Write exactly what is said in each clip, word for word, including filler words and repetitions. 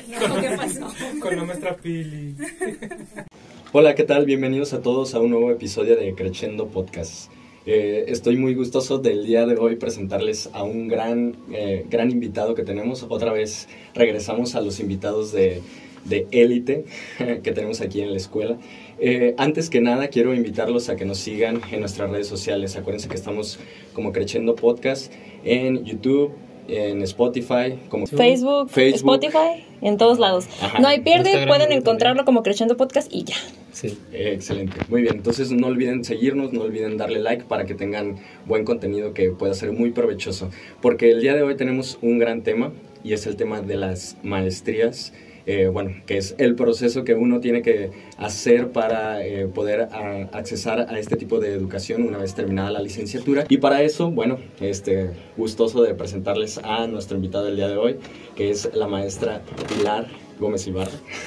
No, ¿qué pasó? Con la maestra Pili. Hola, ¿qué tal? Bienvenidos a todos a un nuevo episodio de Crescendo Podcast. Eh, estoy muy gustoso del día de hoy presentarles a un gran, eh, gran invitado que tenemos. Otra vez regresamos a los invitados de, de élite que tenemos aquí en la escuela. Eh, antes que nada, quiero invitarlos a que nos sigan en nuestras redes sociales. Acuérdense que estamos como Crescendo Podcast en YouTube, en Spotify, como Facebook, Facebook, Spotify, en todos lados. Ajá. No hay pierde, Instagram, pueden encontrarlo también como Crescendo Podcast y ya. Sí, eh, excelente. Muy bien, entonces no olviden seguirnos, no olviden darle like para que tengan buen contenido que pueda ser muy provechoso. Porque el día de hoy tenemos un gran tema y es el tema de las maestrías. Eh, bueno, que es el proceso que uno tiene que hacer para eh, poder a, accesar a este tipo de educación una vez terminada la licenciatura. Y para eso, bueno, este, gustoso de presentarles a nuestro invitado del día de hoy, que es la maestra Pilar Gómez Ibarra.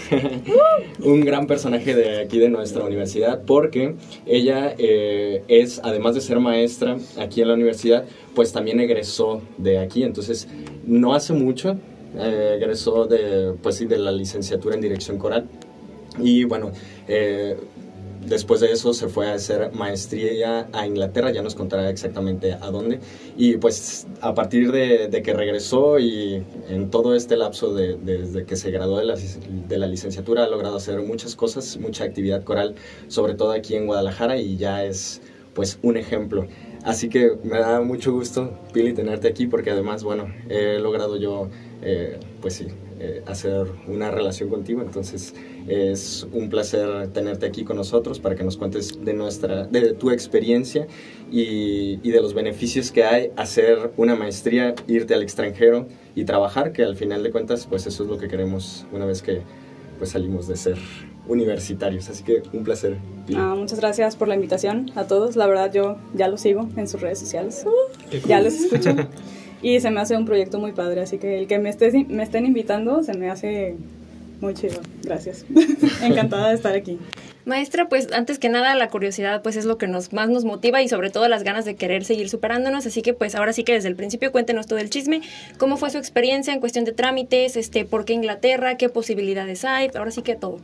Un gran personaje de aquí de nuestra universidad, porque ella eh, es, además de ser maestra aquí en la universidad, pues también egresó de aquí. Entonces, no hace mucho, Eh, egresó de, pues, sí, de la licenciatura en dirección coral y bueno, eh, después de eso se fue a hacer maestría a Inglaterra, ya nos contará exactamente a dónde, y pues a partir de, de que regresó y en todo este lapso de, de, desde que se graduó de la, de la licenciatura ha logrado hacer muchas cosas, mucha actividad coral, sobre todo aquí en Guadalajara, y ya es pues un ejemplo. Así que me da mucho gusto, Pili, tenerte aquí, porque además, bueno, he logrado yo, eh, pues sí, eh, hacer una relación contigo. Entonces, es un placer tenerte aquí con nosotros para que nos cuentes de, nuestra, de tu experiencia y, y de los beneficios que hay hacer una maestría, irte al extranjero y trabajar, que al final de cuentas, pues eso es lo que queremos una vez que pues salimos de ser universitarios. Así que un placer. Ah, muchas gracias por la invitación a todos. La verdad, yo ya los sigo en sus redes sociales. Uh, cool. Ya los escucho. Y se me hace un proyecto muy padre. Así que el que me, estés, me estén invitando se me hace muy chido. Gracias. Encantada de estar aquí. Maestra, pues antes que nada la curiosidad pues es lo que nos más nos motiva y sobre todo las ganas de querer seguir superándonos, así que pues ahora sí que desde el principio cuéntenos todo el chisme, cómo fue su experiencia en cuestión de trámites, este, por qué Inglaterra, qué posibilidades hay, ahora sí que todo.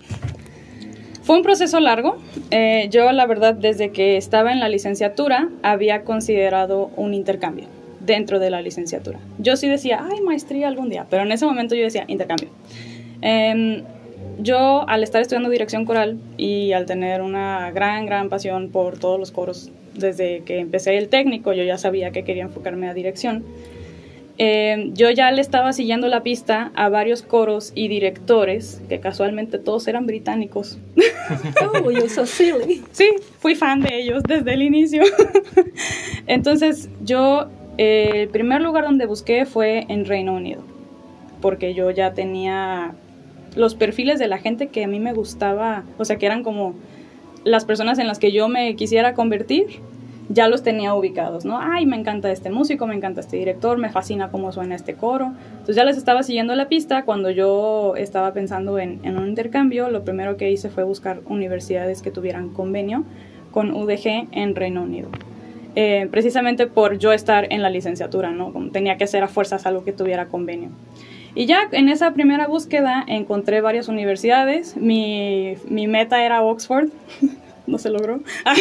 Fue un proceso largo. Eh, yo la verdad desde que estaba en la licenciatura había considerado un intercambio dentro de la licenciatura. Yo sí decía, ay, maestría algún día, pero en ese momento yo decía intercambio. Eh, Yo, al estar estudiando dirección coral y al tener una gran, gran pasión por todos los coros, desde que empecé el técnico, yo ya sabía que quería enfocarme a dirección. Eh, yo ya le estaba siguiendo la pista a varios coros y directores, que casualmente todos eran británicos. Oh, you're so silly. Sí, fui fan de ellos desde el inicio. Entonces, yo, eh, el primer lugar donde busqué fue en Reino Unido, porque yo ya tenía los perfiles de la gente que a mí me gustaba, o sea, que eran como las personas en las que yo me quisiera convertir, ya los tenía ubicados, ¿no? Ay, me encanta este músico, me encanta este director, me fascina cómo suena este coro. Entonces ya les estaba siguiendo la pista. Cuando yo estaba pensando en, en un intercambio, lo primero que hice fue buscar universidades que tuvieran convenio con U D G en Reino Unido. Eh, precisamente por yo estar en la licenciatura, ¿no? Como tenía que hacer a fuerzas algo que tuviera convenio. Y ya en esa primera búsqueda encontré varias universidades. Mi, mi meta era Oxford. No se logró.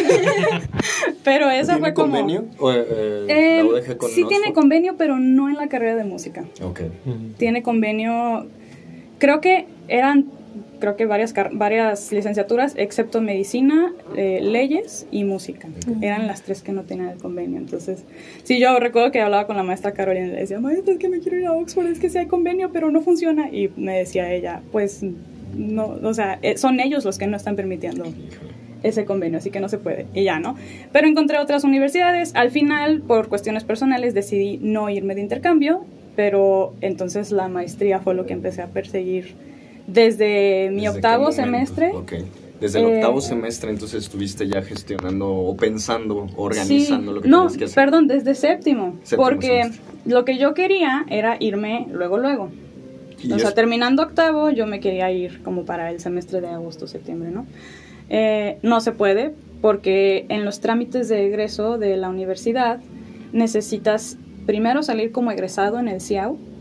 Pero eso fue como... ¿Tiene convenio? ¿O, eh, eh, la U D G con sí Oxford? Tiene convenio, pero no en la carrera de música. Okay. Uh-huh. Tiene convenio... Creo que eran... Creo que varias, varias licenciaturas, excepto medicina, eh, leyes y música. Uh-huh. Eran las tres que no tenían el convenio. Entonces, sí, yo recuerdo que hablaba con la maestra Carolina y le decía, maestra, es que me quiero ir a Oxford, es que sí hay convenio, pero no funciona. Y me decía ella, pues, no, o sea, son ellos los que no están permitiendo ese convenio, así que no se puede. Y ya, ¿no? Pero encontré otras universidades. Al final, por cuestiones personales, decidí no irme de intercambio, pero entonces la maestría fue lo que empecé a perseguir desde mi ¿Desde octavo semestre. Okay. Desde el eh, octavo semestre, entonces estuviste ya gestionando o pensando, organizando sí, lo que no, tenías que hacer. Perdón, desde séptimo, séptimo porque semestre. Lo que yo quería era irme luego, luego. O sea, terminando octavo, yo me quería ir como para el semestre de agosto, septiembre, ¿no? Eh, no se puede, porque en los trámites de egreso de la universidad necesitas primero salir como egresado en el C I A U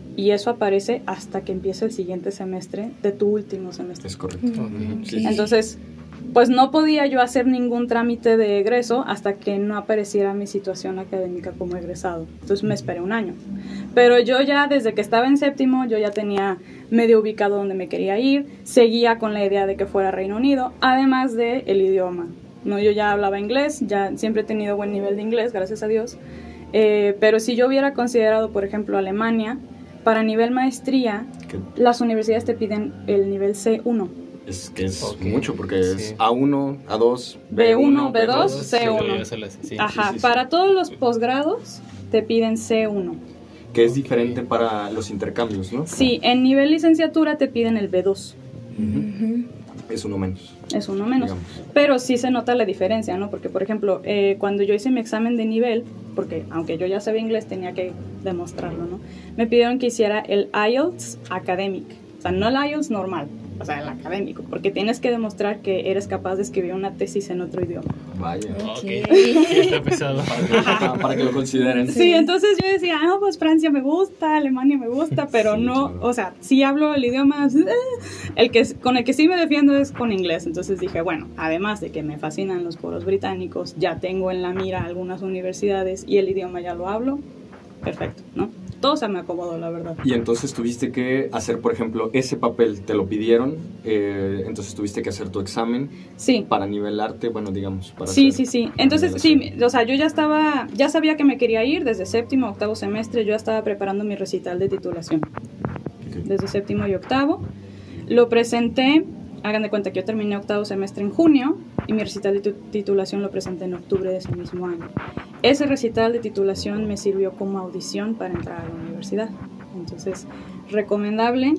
y eso aparece hasta que empiece el siguiente semestre de tu último semestre. Es correcto. Mm. Sí. Entonces, pues no podía yo hacer ningún trámite de egreso hasta que no apareciera mi situación académica como egresado. Entonces me esperé un año. Pero yo ya desde que estaba en séptimo, yo ya tenía medio ubicado donde me quería ir, seguía con la idea de que fuera Reino Unido, además de el idioma. No, yo ya hablaba inglés, ya siempre he tenido buen nivel de inglés, gracias a Dios. Eh, pero si yo hubiera considerado, por ejemplo, Alemania, para nivel maestría, ¿Qué? las universidades te piden el nivel C uno. Es que es Okay. mucho porque Sí. es A uno, A dos, B uno, B dos, B dos. C uno. Sí, sí, sí. Ajá, sí, sí. para todos los posgrados te piden C uno. Que es diferente para los intercambios, ¿no? Sí, en nivel licenciatura te piden el B dos. Ujú. Es uno menos. Es uno menos. Digamos. Pero sí se nota la diferencia, ¿no? Porque, por ejemplo, eh, cuando yo hice mi examen de nivel, porque aunque yo ya sabía inglés, tenía que demostrarlo, ¿no? Me pidieron que hiciera el I E L T S Academic. O sea, no el I E L T S normal, o sea, el académico. Porque tienes que demostrar que eres capaz de escribir una tesis en otro idioma. Vaya. Ok, Ok. está pesado. Para, para que lo consideren. Sí, entonces yo decía, ah, pues Francia me gusta, Alemania me gusta, pero Sí, no, claro. o sea, sí hablo el idioma, eh, el que con el que sí me defiendo es con inglés. Entonces dije, bueno, además de que me fascinan los coros británicos, ya tengo en la mira algunas universidades y el idioma ya lo hablo, perfecto, ¿no? Todo se me acomodó, la verdad. Y entonces tuviste que hacer, por ejemplo, ese papel, te lo pidieron, eh, entonces tuviste que hacer tu examen Sí. para nivelarte, bueno, digamos, para Sí, hacer sí, sí. la Entonces, sí, nivelación. o sea, yo ya estaba, ya sabía que me quería ir desde séptimo, octavo semestre, yo ya estaba preparando mi recital de titulación. Ok. Desde séptimo y octavo. Lo presenté, hagan de cuenta que yo terminé octavo semestre en junio y mi recital de tu- titulación lo presenté en octubre de ese mismo año. Ese recital de titulación me sirvió como audición para entrar a la universidad. Entonces, recomendable.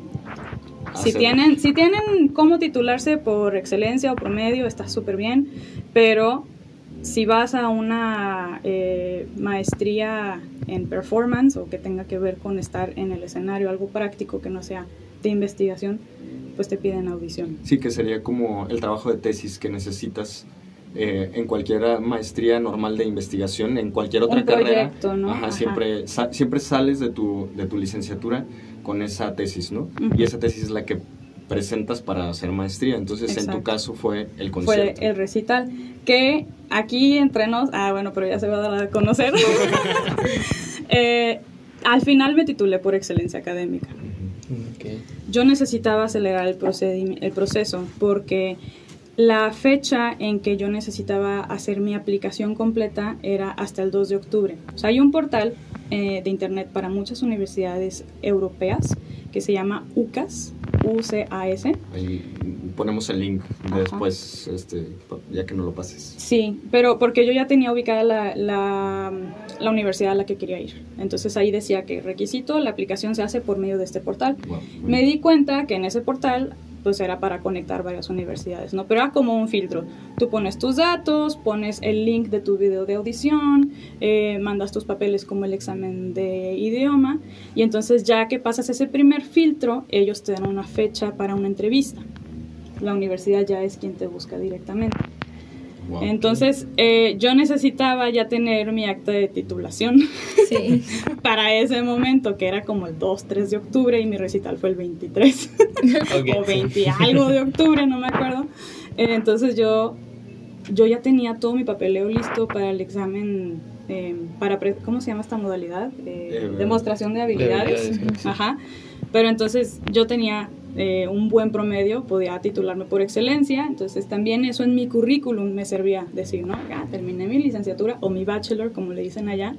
Si Hacer- tienen, si tienen cómo titularse por excelencia o promedio, está súper bien, pero si vas a una eh, maestría en performance o que tenga que ver con estar en el escenario, algo práctico que no sea de investigación, pues te piden audición. Sí, que sería como el trabajo de tesis que necesitas eh, en cualquier maestría normal de investigación, en cualquier otra Un carrera. proyecto, ¿no? Ajá, Ajá. Siempre, sa- siempre sales de tu, de tu licenciatura con esa tesis, ¿no? Ujú. Y esa tesis es la que presentas para hacer maestría. Entonces, en tu Exacto. caso fue el Fue concierto. el recital, que aquí entre nos, ah bueno, pero ya se va a dar a conocer. Eh, al final me titulé por excelencia académica. Okay. Yo necesitaba acelerar el, procedi- el proceso porque la fecha en que yo necesitaba hacer mi aplicación completa era hasta el dos de octubre. O sea, hay un portal eh, de internet para muchas universidades europeas que se llama U C A S, U C A S. Ahí ponemos el link de Ajá. después, este, ya que no lo pases. Sí, pero porque yo ya tenía ubicada la, la, la universidad a la que quería ir. Entonces ahí decía que requisito, la aplicación se hace por medio de este portal. Wow, Me di cuenta que en ese portal pues era para conectar varias universidades, ¿no? Pero era como un filtro. Tú pones tus datos, pones el link de tu video de audición, eh, mandas tus papeles como el examen de idioma y entonces ya que pasas ese primer filtro, ellos te dan una fecha para una entrevista. La universidad ya es quien te busca directamente. wow. Entonces, eh, yo necesitaba ya tener mi acta de titulación Sí. para ese momento, que era como el dos, tres de octubre, y mi recital fue el veintitrés Ok. o veinte algo de octubre, no me acuerdo. Eh, entonces yo, yo ya tenía todo mi papeleo listo para el examen, eh, para pre- ¿cómo se llama esta modalidad? Eh, Eh, demostración de habilidades. habilidades, creo que sí. Ajá. Pero entonces yo tenía eh, un buen promedio, podía titularme por excelencia, entonces también eso en mi currículum me servía decir, ¿no? Ya terminé mi licenciatura o mi bachelor, como le dicen allá,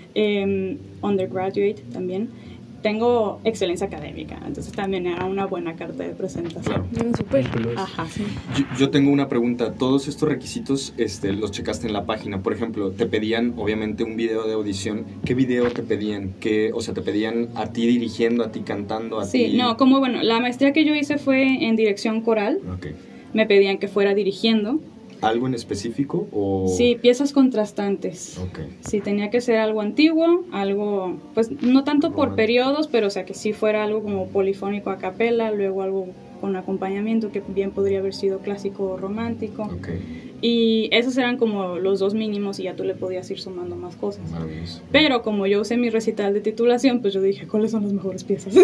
eh, undergraduate también. Tengo excelencia académica, entonces también era una buena carta de presentación. Claro. Mm, súper. Ajá, sí. Yo, yo tengo una pregunta. Todos estos requisitos este, los checaste en la página. Por ejemplo, te pedían obviamente un video de audición. ¿Qué video te pedían? ¿Qué, o sea, te pedían a ti dirigiendo, a ti cantando, a Sí, ti? no, como bueno, la maestría que yo hice fue en dirección coral, Ok. me pedían que fuera dirigiendo. ¿Algo en específico o...? Sí, piezas contrastantes. Ok. Sí, tenía que ser algo antiguo, algo, pues no tanto por Romántico. periodos, pero o sea que sí fuera algo como polifónico a capela, luego algo con acompañamiento que bien podría haber sido clásico o romántico. Ok. Y esos eran como los dos mínimos y ya tú le podías ir sumando más cosas. Maravilloso. Pero como yo usé mi recital de titulación, pues yo dije, ¿cuáles son las mejores piezas?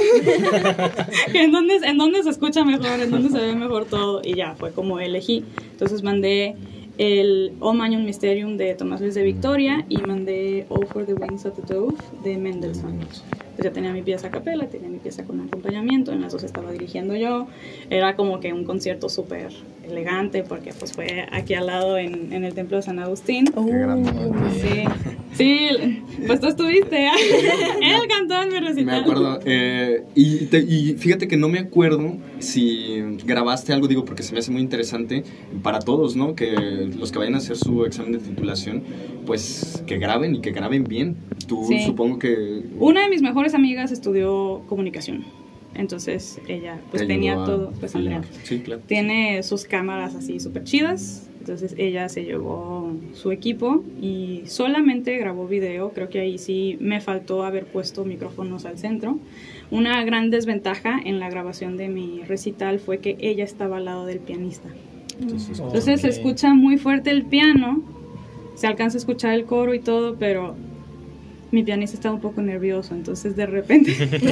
¿En dónde, ¿En dónde se escucha mejor? ¿En dónde se ve mejor todo? Y ya, fue como elegí. Entonces mandé el O Magnum Mysterium de Tomás Luis de Victoria y mandé All for the Wings of the Dove de Mendelssohn. Pues ya tenía mi pieza a capela, tenía mi pieza con acompañamiento, en las dos estaba dirigiendo yo. Era como que un concierto súper elegante porque pues fue aquí al lado en, en el Templo de San Agustín. Qué grande. Sí, sí, pues tú estuviste, ¿eh? Él cantó en mi recital. Me acuerdo, eh, y, te, y fíjate que no me acuerdo si grabaste algo, digo, porque se me hace muy interesante para todos, ¿no? Que los que vayan a hacer su examen de titulación, pues que graben y que graben bien. Tú Sí. supongo que... Una de mis mejores amigas estudió comunicación, entonces ella pues te tenía ayudó a todo, pues Andrea. filmar. Sí, claro. Tiene sus cámaras así súper chidas, entonces ella se llevó su equipo y solamente grabó video. Creo que ahí sí me faltó haber puesto micrófonos al centro. Una gran desventaja en la grabación de mi recital fue que ella estaba al lado del pianista. Entonces, Entonces se Ok. escucha muy fuerte el piano, se alcanza a escuchar el coro y todo, pero mi pianista estaba un poco nervioso, entonces de repente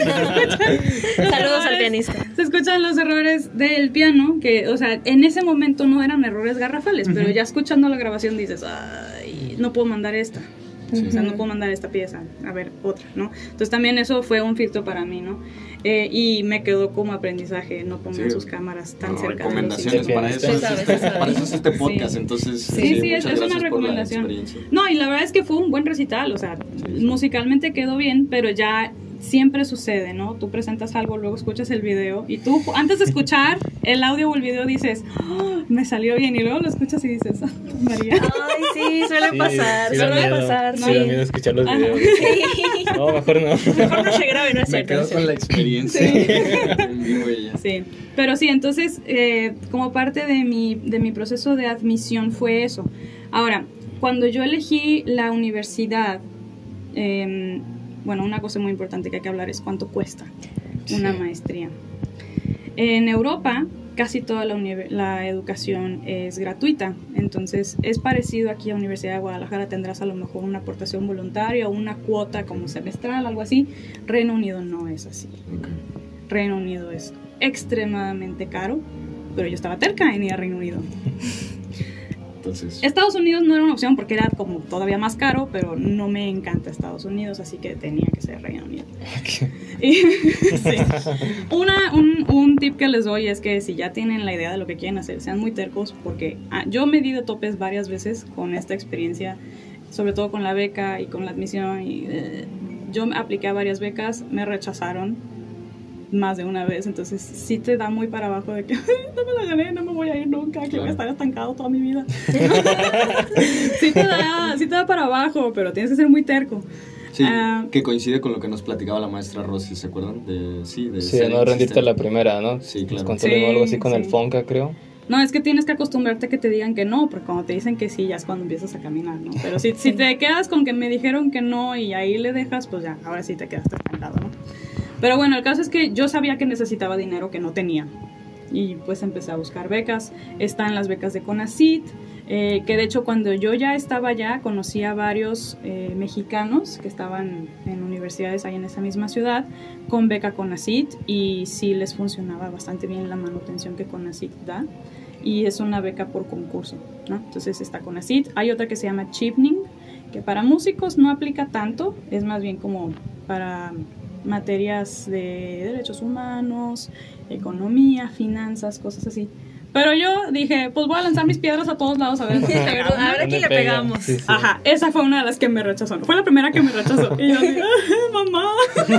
Saludos al pianista. se escuchan los errores del piano, que, o sea, en ese momento no eran errores garrafales, pero ya escuchando la grabación dices, ay, no puedo mandar esta. O sea, no puedo mandar esta pieza, a ver, otra, ¿no? Entonces también eso fue un filtro para mí, ¿no? Eh, y me quedó como aprendizaje, no pongan Sí. sus cámaras tan no, cerca de los recomendaciones, Sí, para sí, eso, sí, es sabe, este, sí, sabe. para eso es este podcast, Sí. entonces Sí, sí, es, muchas es gracias una por la recomendación. experiencia. No, y la verdad es que fue un buen recital, o sea, musicalmente quedó bien, pero ya siempre sucede, ¿no? Tú presentas algo, luego escuchas el video y tú antes de escuchar el audio o el video dices, "Oh, me salió bien", y luego lo escuchas y dices, "Ah, María". Ay, sí, suele Sí, pasar, sí da suele miedo, pasar. Sí, Sí. da miedo escuchar los Ajá. videos. Sí. No, mejor no. Mejor no se grabe, no es Me cierto. no quedo es con cierto. la experiencia en vivo y ya. Sí, pero sí, entonces eh, como parte de mi, de mi proceso de admisión fue eso. Ahora, cuando yo elegí la universidad, eh, bueno, una cosa muy importante que hay que hablar es cuánto cuesta una Sí. maestría. En Europa casi toda la, univer- la educación es gratuita, entonces es parecido aquí a la Universidad de Guadalajara, tendrás a lo mejor una aportación voluntaria o una cuota como semestral, algo así. Reino Unido no es así. Ok. Reino Unido es extremadamente caro, pero yo estaba terca en ir a Reino Unido. Entonces, Estados Unidos no era una opción porque era como todavía más caro, pero no me encanta Estados Unidos, así que tenía que ser Reino Unido. Y, sí. Una, un, un tip que les doy es que si ya tienen la idea de lo que quieren hacer, sean muy tercos, porque ah, yo me di de topes varias veces con esta experiencia, sobre todo con la beca y con la admisión. Y, eh, yo apliqué a varias becas, me rechazaron más de una vez, entonces sí te da muy para abajo de que "Ay, no me la gané, no me voy a ir nunca, que voy a estar estancado toda mi vida". sí, te da, sí te da para abajo, pero tienes que ser muy terco. sí, Ah, que coincide con lo que nos platicaba la maestra Rosy, ¿se acuerdan? De, sí, de Sí, ser no rendiste insistente. la primera, ¿no? Sí, claro. Nos contó Sí, algo así con el sí. Fonca, creo. No, es que tienes que acostumbrarte a que te digan que no, porque cuando te dicen que sí, ya es cuando empiezas a caminar, ¿no? Pero si, si te quedas con que me dijeron que no y ahí le dejas, pues ya, ahora sí te quedaste estancado, ¿no? Pero bueno, el caso es que yo sabía que necesitaba dinero que no tenía. Y pues empecé a buscar becas. Están las becas de CONACYT, eh, que de hecho cuando yo ya estaba allá, conocí a varios eh, mexicanos que estaban en universidades ahí en esa misma ciudad, con beca CONACYT, y sí les funcionaba bastante bien la manutención que CONACYT da. Y es una beca por concurso, ¿no? Entonces está CONACYT. Hay otra que se llama Chevening, que para músicos no aplica tanto, es más bien como para materias de derechos humanos, economía, finanzas, cosas así. Pero yo dije, pues voy a lanzar mis piedras a todos lados a ver. A ver, a ver a ¿Dónde quién le pega? pegamos. Sí, sí. Ajá, esa fue una de las que me rechazó. Fue la primera que me rechazó. Y yo así, "Ah, mamá,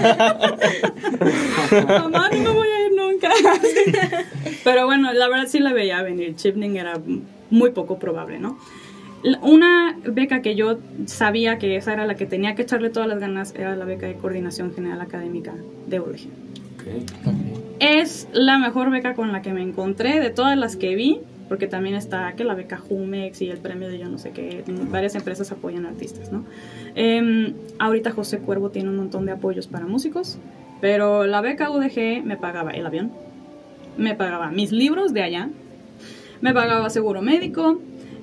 mamá, no me voy a ir nunca". Pero bueno, la verdad sí la veía venir. Chevening era muy poco probable, ¿no? La- Una beca que yo sabía que esa era la que tenía que echarle todas las ganas era la beca de Coordinación General Académica de U D G. Ok. Es la mejor beca con la que me encontré de todas las que vi, porque también está que la beca Jumex y el premio de yo no sé qué, varias empresas apoyan a artistas, ¿no? Eh, ahorita José Cuervo tiene un montón de apoyos para músicos, pero la beca U D G me pagaba el avión, me pagaba mis libros de allá, me pagaba seguro médico,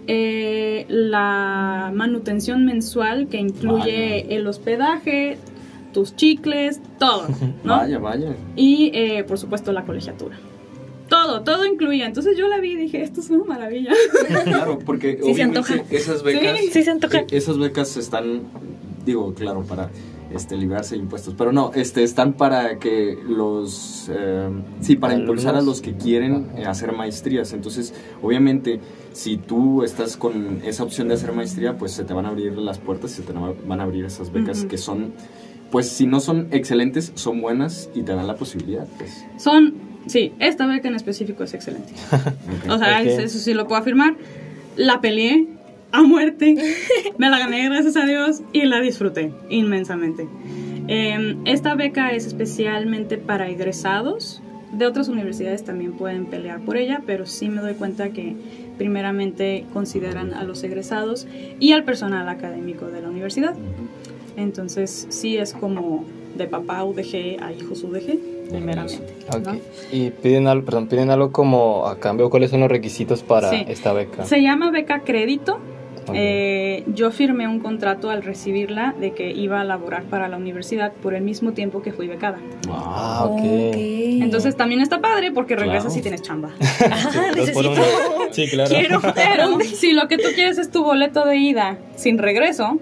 eh, la manutención mensual que incluye Vaya. el hospedaje, tus chicles, todo, ¿no? Vaya, vaya. Y eh, por supuesto la colegiatura. Todo, todo incluía. Entonces yo la vi y dije, esto es una maravilla. Claro, porque Sí, se obviamente antoja. esas becas, Sí, sí se antoja. eh, esas becas están, digo, claro, para este librarse de impuestos, pero no, este están para que los, eh, sí, para Alumnos. impulsar a los que quieren eh, hacer maestrías. Entonces, obviamente, si tú estás con esa opción de hacer maestría, pues se te van a abrir las puertas, se te van a abrir esas becas Ujú. que son, pues si no son excelentes, son buenas y te dan la posibilidad, pues. Son, sí, esta beca en específico es excelente. Ok. O sea, Ok. eso sí lo puedo afirmar. La peleé a muerte, me la gané gracias a Dios y la disfruté inmensamente. Eh, esta beca es especialmente para egresados. De otras universidades también pueden pelear por ella, pero sí me doy cuenta que primeramente consideran a los egresados y al personal académico de la universidad. Entonces sí es como de papá U D G a hijos U D G, primeramente. Ok. ¿no? Y piden algo, perdón, piden algo como a cambio, ¿cuáles son los requisitos para Sí. esta beca? Se llama beca crédito. Ok. Eh, yo firmé un contrato al recibirla de que iba a laborar para la universidad por el mismo tiempo que fui becada. Ah, ok. Entonces también está padre porque regresas Claro. y tienes chamba. Ajá, Dos por necesito. uno. Sí, claro. Quiero. Pero si lo que tú quieres es tu boleto de ida sin regreso,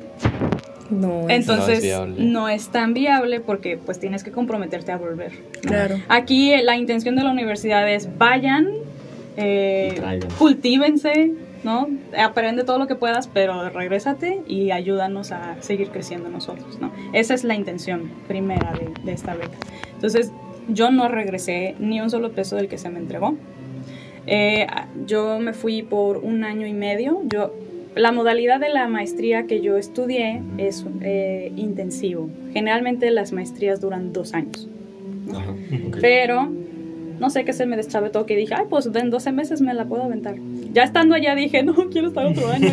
No, es- entonces viable. no es tan viable porque pues tienes que comprometerte a volver. ¿no? claro. Aquí eh, la intención de la universidad es vayan, eh, Traigan. cultívense, ¿no? Aprende todo lo que puedas, pero regrésate y ayúdanos a seguir creciendo nosotros, ¿no? Esa es la intención primera de, de esta beca. Entonces, yo no regresé ni un solo peso del que se me entregó. Eh, yo me fui por un año y medio. Yo, la modalidad de la maestría que yo estudié es eh, intensivo. Generalmente las maestrías duran dos años. Ajá, ok. Pero no sé qué se me deschavetó que dije, ay, pues en doce meses me la puedo aventar. Ya estando allá dije, no, quiero estar otro año.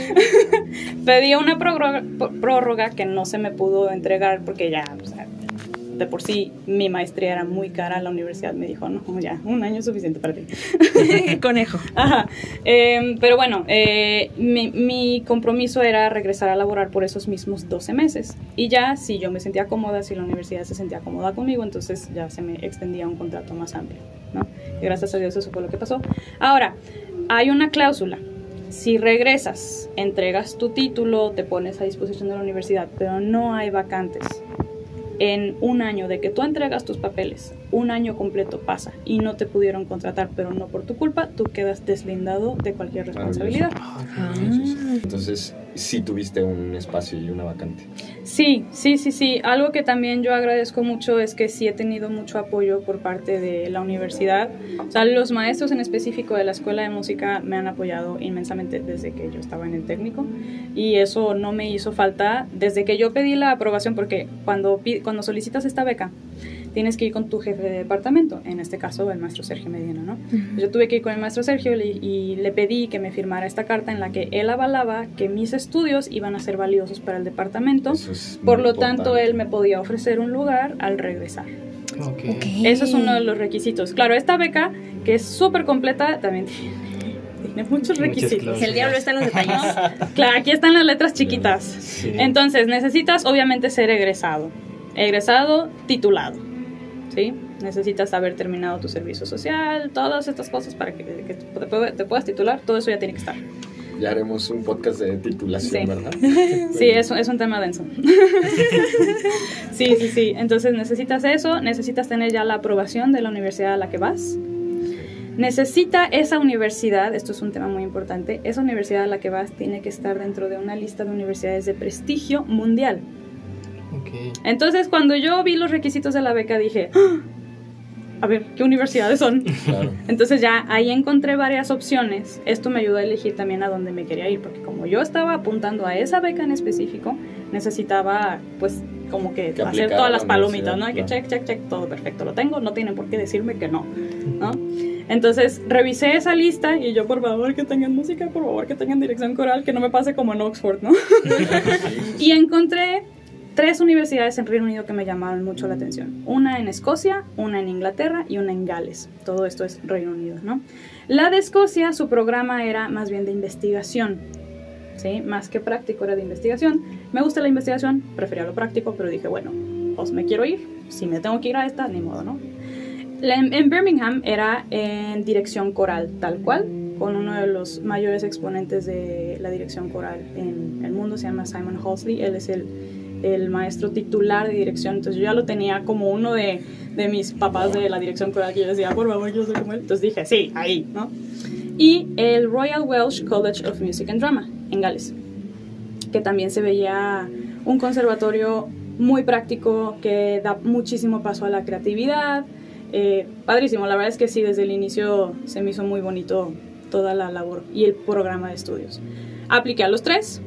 Pedí una prórroga, prórroga que no se me pudo entregar porque ya, o sea, de por sí mi maestría era muy cara. La universidad me dijo, no, ya, un año es suficiente para ti. Conejo. Ajá. Eh, pero bueno, eh, mi, mi compromiso era regresar a laborar por esos mismos doce meses. Y ya, si yo me sentía cómoda, si la universidad se sentía cómoda conmigo, entonces ya se me extendía un contrato más amplio, ¿no? Y gracias a Dios eso fue lo que pasó. Ahora, hay una cláusula. Si regresas, entregas tu título, te pones a disposición de la universidad, pero no hay vacantes. En un año de que tú entregas tus papeles, un año completo pasa y no te pudieron contratar, pero no por tu culpa, tú quedas deslindado de cualquier responsabilidad. Entonces, sí tuviste un espacio y una vacante. Sí, sí, sí, sí. Algo que también yo agradezco mucho es que sí he tenido mucho apoyo por parte de la universidad. O sea, los maestros en específico de la Escuela de Música me han apoyado inmensamente desde que yo estaba en el técnico y eso no me hizo falta desde que yo pedí la aprobación, porque cuando, pi- cuando solicitas esta beca tienes que ir con tu jefe de departamento, en este caso el maestro Sergio Medina, ¿no? Ujú. Yo tuve que ir con el maestro Sergio y, y le pedí que me firmara esta carta en la que él avalaba que mis estudios iban a ser valiosos para el departamento. Eso es Por muy lo tanto, importante. él me podía ofrecer un lugar al regresar. Ok. Ok. Eso es uno de los requisitos. Claro, esta beca, que es súper completa, también tiene, tiene muchos requisitos. cláusulas. El diablo está en los detalles. Claro, aquí están las letras chiquitas. Sí. Entonces, necesitas obviamente ser egresado. Egresado, titulado. ¿Sí? Necesitas haber terminado tu servicio social, todas estas cosas para que, que te, puedas- te puedas titular. Todo eso ya tiene que estar. Ya haremos un podcast de titulación, Sí. ¿verdad? Sí, es, es un tema denso. Sí, sí, sí. Entonces necesitas eso, necesitas tener ya la aprobación de la universidad a la que vas. Necesita esa universidad, esto es un tema muy importante, esa universidad a la que vas tiene que estar dentro de una lista de universidades de prestigio mundial. Ok. Entonces, cuando yo vi los requisitos de la beca, dije, ¡ah! A ver, ¿qué universidades son? Claro. Entonces ya ahí encontré varias opciones. Esto me ayudó a elegir también a dónde me quería ir, porque como yo estaba apuntando a esa beca en específico, necesitaba pues como que, Que hacer aplicar a todas la las palomitas, ¿no? universidad, Que claro. check, check, check, todo perfecto, lo tengo, no tienen por qué decirme que no, ¿no? Entonces revisé esa lista y yo, por favor, que tengan música, por favor, que tengan dirección coral, que no me pase como en Oxford, ¿no? Y encontré tres universidades en Reino Unido que me llamaron mucho la atención. Una en Escocia, una en Inglaterra y una en Gales. Todo esto es Reino Unido, ¿no? La de Escocia, su programa era más bien de investigación, ¿sí? Más que práctico, era de investigación. Me gusta la investigación, prefería lo práctico, pero dije, bueno, pues me quiero ir. Si me tengo que ir a esta, ni modo, ¿no? La, en, en Birmingham era en dirección coral, tal cual, con uno de los mayores exponentes de la dirección coral en el mundo, se llama Simon Halsley. Él es el, el maestro titular de dirección, entonces yo ya lo tenía como uno de, de mis papás de la dirección coral, que yo decía, por favor, quiero ser como él. Entonces dije, sí, ahí, ¿no? Y el Royal Welsh College of Music and Drama, en Gales, que también se veía un conservatorio muy práctico, que da muchísimo paso a la creatividad. Eh, padrísimo, la verdad es que sí, desde el inicio se me hizo muy bonito toda la labor y el programa de estudios. Apliqué a los tres.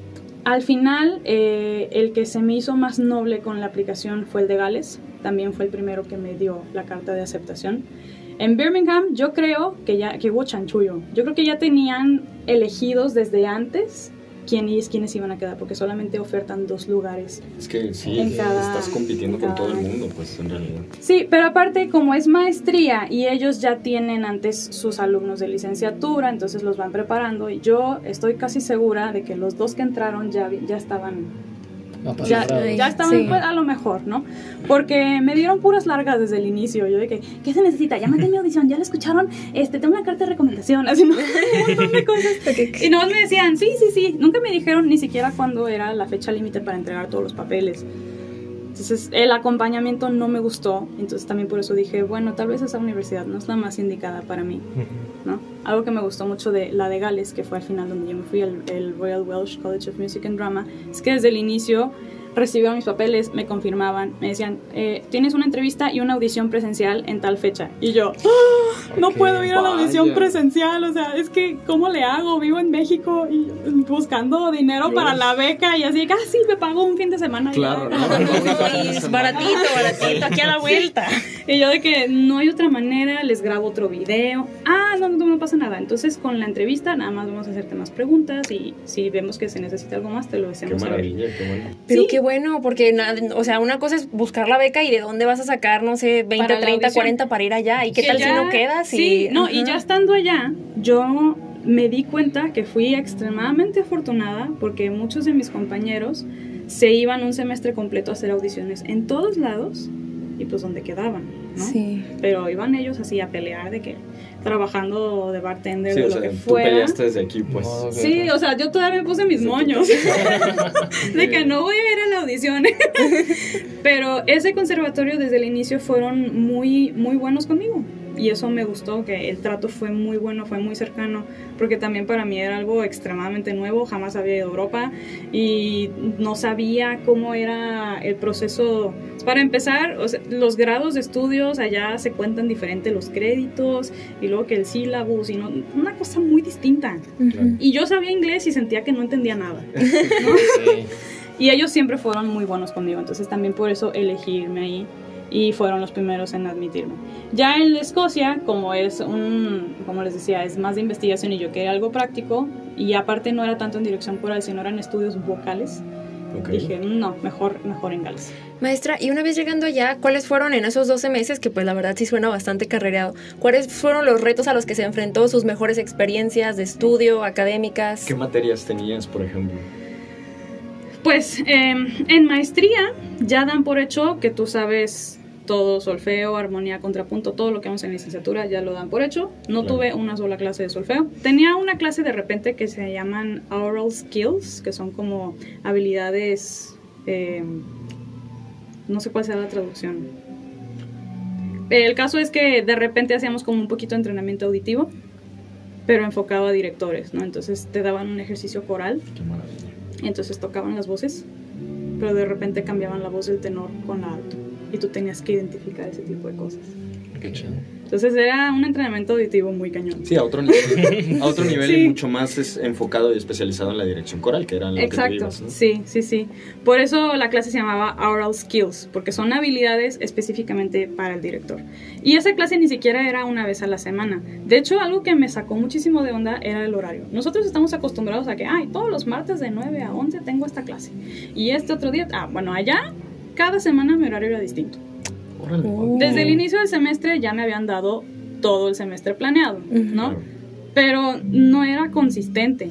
Al final, eh, el que se me hizo más noble con la aplicación fue el de Gales. También fue el primero que me dio la carta de aceptación. En Birmingham, yo creo que ya, que hubo chanchullo. Yo creo que ya tenían elegidos desde antes quiénes, quiénes iban a quedar, porque solamente ofertan dos lugares. Es que sí, en cada, estás compitiendo con cada todo el año. mundo, pues en realidad. Sí, pero aparte, como es maestría y ellos ya tienen antes sus alumnos de licenciatura, entonces los van preparando, y yo estoy casi segura de que los dos que entraron ya, ya estaban... Ya, ya estaban, Sí. pues, a lo mejor, ¿no? Porque me dieron puras largas desde el inicio. Yo de que, ¿qué se necesita? Ya mandé mi audición, ya la escucharon, este, tengo una carta de recomendación, así, ¿no? Un montón de cosas. Y no me decían, sí, sí, sí. Nunca me dijeron ni siquiera cuándo era la fecha límite para entregar todos los papeles. Entonces, el acompañamiento no me gustó. Entonces, también por eso dije, bueno, tal vez esa universidad no es la más indicada para mí, ¿no? Algo que me gustó mucho de la de Gales, que fue al final donde yo me fui, el, el Royal Welsh College of Music and Drama, es que desde el inicio recibieron mis papeles, me confirmaban, me decían, eh, tienes una entrevista y una audición presencial en tal fecha. Y yo, ¡ah! No Ok, puedo ir a la audición vaya. presencial, o sea, es que, ¿cómo le hago? Vivo en México y buscando dinero Dios. para la beca, y así, casi me pago un fin de semana. Claro, ya. ¿no? Pues, baratito, baratito, aquí a la vuelta. Y yo de que no hay otra manera, les grabo otro video. Ah, no, no, no pasa nada. Entonces con la entrevista nada más vamos a hacerte más preguntas, y si vemos que se necesita algo más, te lo Qué hacemos saber. maravilla, qué bueno. Pero Sí. qué bueno, porque, na- o sea, una cosa es buscar la beca y de dónde vas a sacar, no sé, veinte, Para la treinta, audición. cuarenta para ir allá. ¿Y qué Que tal ya- si no quedas? Sí, y, no, y ajá. ya estando allá, yo me di cuenta que fui extremadamente afortunada, porque muchos de mis compañeros se iban un semestre completo a hacer audiciones en todos lados, y pues donde quedaban, ¿no? Sí. Pero iban ellos así a pelear de que trabajando de bartender, Sí, de o lo sea, que tú fuera. peleaste desde aquí, pues. No, Sí, o sea, yo todavía me puse mis moños de que no voy a ir a la audición. Pero ese conservatorio desde el inicio fueron muy, muy buenos conmigo. Y eso me gustó, que el trato fue muy bueno, fue muy cercano, porque también para mí era algo extremadamente nuevo. Jamás había ido a Europa y no sabía cómo era el proceso. Para empezar, o sea, los grados de estudios allá se cuentan diferente, los créditos, y luego que el sílabus, y no, una cosa muy distinta. Ujú. Y yo sabía inglés y sentía que no entendía nada. Sí. Y ellos siempre fueron muy buenos conmigo, entonces también por eso elegí irme ahí, y fueron los primeros en admitirme. Ya en Escocia, como es un, como les decía, es más de investigación y yo quería algo práctico, y aparte no era tanto en dirección coral, sino eran estudios vocales, Ok. dije, no, mejor, mejor en Gales. Maestra, y una vez llegando allá, ¿cuáles fueron en esos doce meses, que pues la verdad sí suena bastante carrereado, cuáles fueron los retos a los que se enfrentó, sus mejores experiencias de estudio, académicas? ¿Qué materias tenías, por ejemplo? Pues eh, en maestría ya dan por hecho que tú sabes todo, solfeo, armonía, contrapunto, todo lo que vamos en licenciatura ya lo dan por hecho. No Claro. tuve una sola clase de solfeo. Tenía una clase de repente que se llaman oral skills, que son como habilidades, eh, no sé cuál sea la traducción. El caso es que de repente hacíamos como un poquito de entrenamiento auditivo, pero enfocado a directores, ¿no? Entonces te daban un ejercicio coral. Qué maravilla. Y entonces tocaban las voces, pero de repente cambiaban la voz del tenor con la alto, y tú tenías que identificar ese tipo de cosas. Qué chido. Entonces era un entrenamiento auditivo muy cañón. Sí, a otro nivel, a otro nivel Sí. y mucho más es enfocado y especializado en la dirección coral, que era en lo Exacto, que tú ibas, ¿no? sí, sí, sí. Por eso la clase se llamaba Oral Skills, porque son habilidades específicamente para el director. Y esa clase ni siquiera era una vez a la semana. De hecho, algo que me sacó muchísimo de onda era el horario. Nosotros estamos acostumbrados a que, ay, todos los martes de nueve a once tengo esta clase. Y este otro día, ah, bueno, allá cada semana mi horario era distinto. Órale. Desde el inicio del semestre ya me habían dado todo el semestre planeado, ¿no? Claro. Pero no era consistente.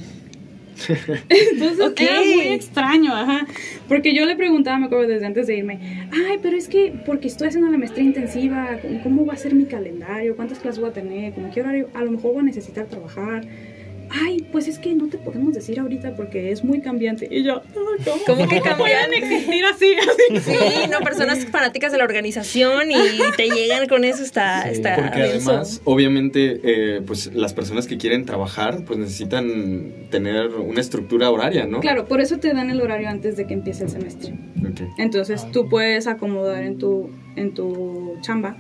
Entonces Ok. era muy extraño, ajá. Porque yo le preguntaba, me acuerdo desde antes de irme, ay, pero es que porque estoy haciendo la maestría intensiva, ¿cómo va a ser mi calendario? ¿Cuántas clases voy a tener? ¿Cómo qué horario? A lo mejor voy a necesitar trabajar. Ay, pues es que no te podemos decir ahorita porque es muy cambiante. Y yo, ay, ¿cómo, ¿Cómo que ¿cómo pueden cambiante? existir así? así? Sí, no, personas fanáticas de la organización y te llegan con eso, está, Sí, está Porque denso. además, obviamente, eh, pues las personas que quieren trabajar, pues necesitan tener una estructura horaria, ¿no? Claro, por eso te dan el horario antes de que empiece el semestre. Ok. Entonces tú puedes acomodar en tu, en tu chamba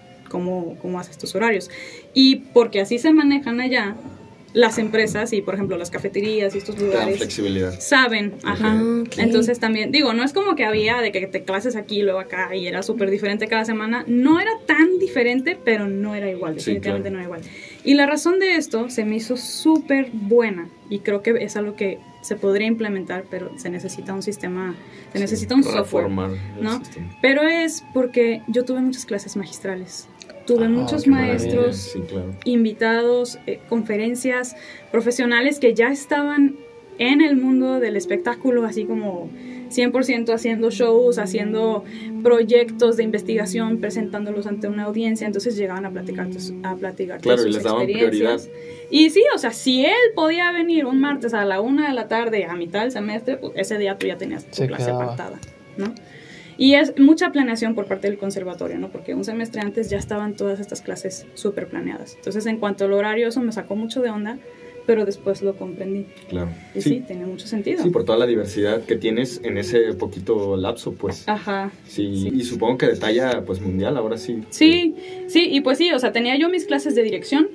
cómo, cómo haces tus horarios. Y porque así se manejan allá las empresas y, por ejemplo, las cafeterías y estos Te dan lugares flexibilidad. saben, ajá. Ah, ok. Entonces también, digo, no es como que había de que te clases aquí y luego acá y era súper diferente cada semana. No era tan diferente, pero no era igual, Sí, definitivamente claro. no era igual. Y la razón de esto se me hizo súper buena y creo que es algo que se podría implementar, pero se necesita un sistema, se necesita un software, Reformar el ¿no? sistema. Pero es porque yo tuve muchas clases magistrales. Tuve Ah, muchos qué maravilla. maestros, Sí, claro. invitados, eh, conferencias, profesionales que ya estaban en el mundo del espectáculo, así como cien por ciento haciendo shows, haciendo proyectos de investigación, presentándolos ante una audiencia, entonces llegaban a platicar a platicar Claro, sus y les daban experiencias. Y sí, o sea, si él podía venir un martes a la una de la tarde a mitad del semestre, pues ese día tú ya tenías tu Se clase quedaba. apartada, ¿no? Y es mucha planeación por parte del conservatorio, ¿no? Porque un semestre antes ya estaban todas estas clases súper planeadas. Entonces, en cuanto al horario, eso me sacó mucho de onda, pero después lo comprendí. Claro. Y sí, tiene mucho sentido. Sí, por toda la diversidad que tienes en ese poquito lapso, pues. Ajá. Sí, Sí. y supongo que de talla, pues, mundial, ahora sí. Sí, sí, y pues sí, o sea, tenía yo mis clases de dirección,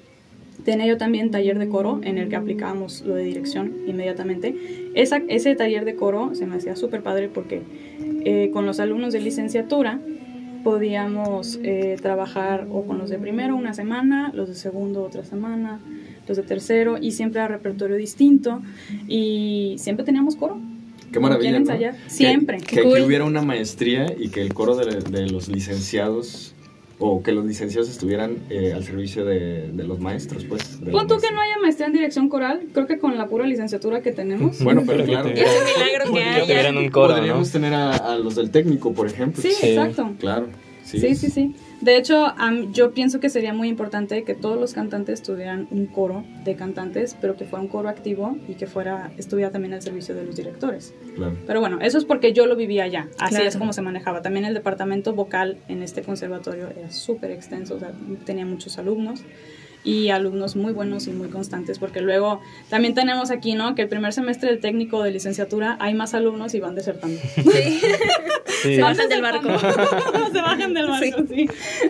tenía yo también taller de coro en el que aplicábamos lo de dirección inmediatamente. Esa, ese taller de coro se me hacía súper padre porque eh, con los alumnos de licenciatura podíamos eh, trabajar o con los de primero una semana, los de segundo otra semana, los de tercero, y siempre a repertorio distinto, y siempre teníamos coro. Qué maravilla, ¿Quieren ¿no? ensayar? Que- Siempre. Que, Qué aquí cool. hubiera una maestría y que el coro de, de los licenciados, o que los licenciados estuvieran eh, al servicio de, de los maestros, pues. de Pon los tú que maestros. no haya maestría en dirección coral, creo que con la pura licenciatura que tenemos. Bueno, pero claro. Es un milagro que Que haya. tuvieran un coro, ¿no? Podríamos tener a, a los del técnico, por ejemplo. Sí, Sí. exacto. Claro. Sí, Sí, sí, sí. De hecho, am- yo pienso que sería muy importante que todos los cantantes tuvieran un coro de cantantes, pero que fuera un coro activo y que fuera estuviera también al servicio de los directores. Claro. Pero bueno, eso es porque yo lo vivía allá. Así Claro. es como se manejaba. También el departamento vocal en este conservatorio era súper extenso, o sea, tenía muchos alumnos y alumnos muy buenos y muy constantes, porque luego también tenemos aquí, ¿no? Que el primer semestre del técnico de licenciatura hay más alumnos y van desertando. Sí. Sí. Se bajan del barco. Se bajan del barco, sí.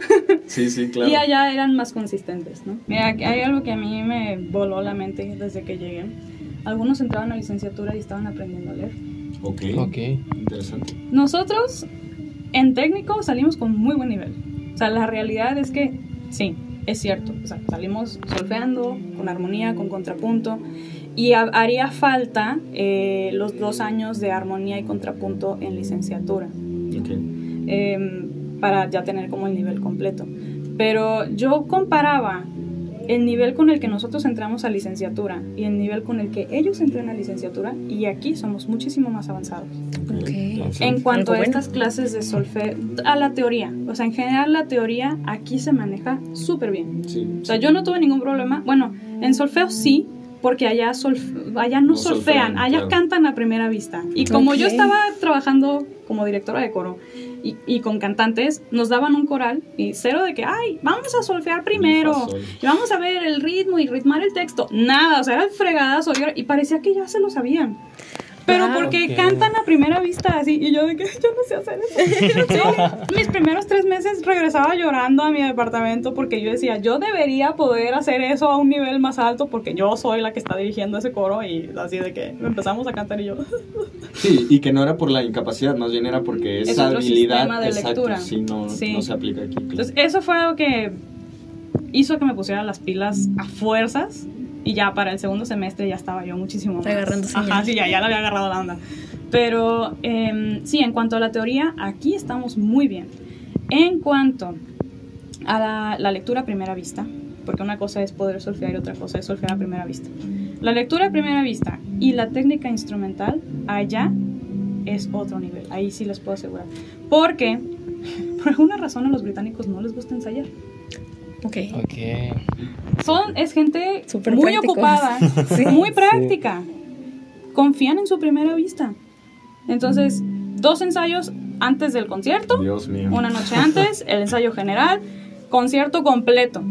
Sí, sí, claro. Y allá eran más consistentes, ¿no? Mira, hay algo que a mí me voló la mente desde que llegué. Algunos entraban a licenciatura y estaban aprendiendo a leer. Ok. Ok. Interesante. Nosotros, en técnico, salimos con muy buen nivel. O sea, la realidad es que, sí, es cierto. O sea, salimos solfeando, con armonía, con contrapunto. Y ha- haría falta eh, los dos años de armonía y contrapunto en licenciatura. Ok. eh, para ya tener como el nivel completo. Pero yo comparaba el nivel con el que nosotros entramos a licenciatura y el nivel con el que ellos entran a licenciatura, y aquí somos muchísimo más avanzados. Ok. En cuanto a Algo bueno. estas clases de solfeo, a la teoría, o sea, en general la teoría aquí se maneja súper bien. Sí. O sea, yo no tuve ningún problema. Bueno, en solfeo sí, porque allá, solf- allá no, No solfean, solfean, allá claro. cantan a primera vista. Y como yo Ok. estaba trabajando como directora de coro y, y con cantantes, nos daban un coral y cero de que, ay, vamos a solfear primero, fa, sol. y vamos a ver el ritmo y ritmar el texto. Nada, o sea, era fregadazo, y y parecía que ya se lo sabían. Pero Wow, porque ok. cantan a primera vista así, y yo de que yo no sé hacer eso. Sí, mis primeros tres meses regresaba llorando a mi departamento porque yo decía, yo debería poder hacer eso a un nivel más alto porque yo soy la que está dirigiendo ese coro, y así de que empezamos a cantar y yo... Sí, y que no era por la incapacidad, más bien era porque Es esa otro habilidad sistema de exacto, lectura. sí, no, Sí. no se aplica aquí. Claro. Entonces eso fue algo que hizo que me pusiera las pilas a fuerzas, y ya para el segundo semestre ya estaba yo muchísimo más. Agarrando señal. Ajá, sí, ya, ya le había agarrado la onda. Pero eh, sí, en cuanto a la teoría, aquí estamos muy bien. En cuanto a la, la lectura a primera vista, porque una cosa es poder solfear y otra cosa es solfear a primera vista. La lectura a primera vista y la técnica instrumental, allá es otro nivel. Ahí sí les puedo asegurar. Porque, por alguna razón, a los británicos no les gusta ensayar. Ok. Ok. Son, es gente Súper muy prácticos. ocupada, Sí. muy práctica. Confían en su primera vista. Entonces, dos ensayos antes del concierto, Dios mío. una noche antes, el ensayo general, concierto completo.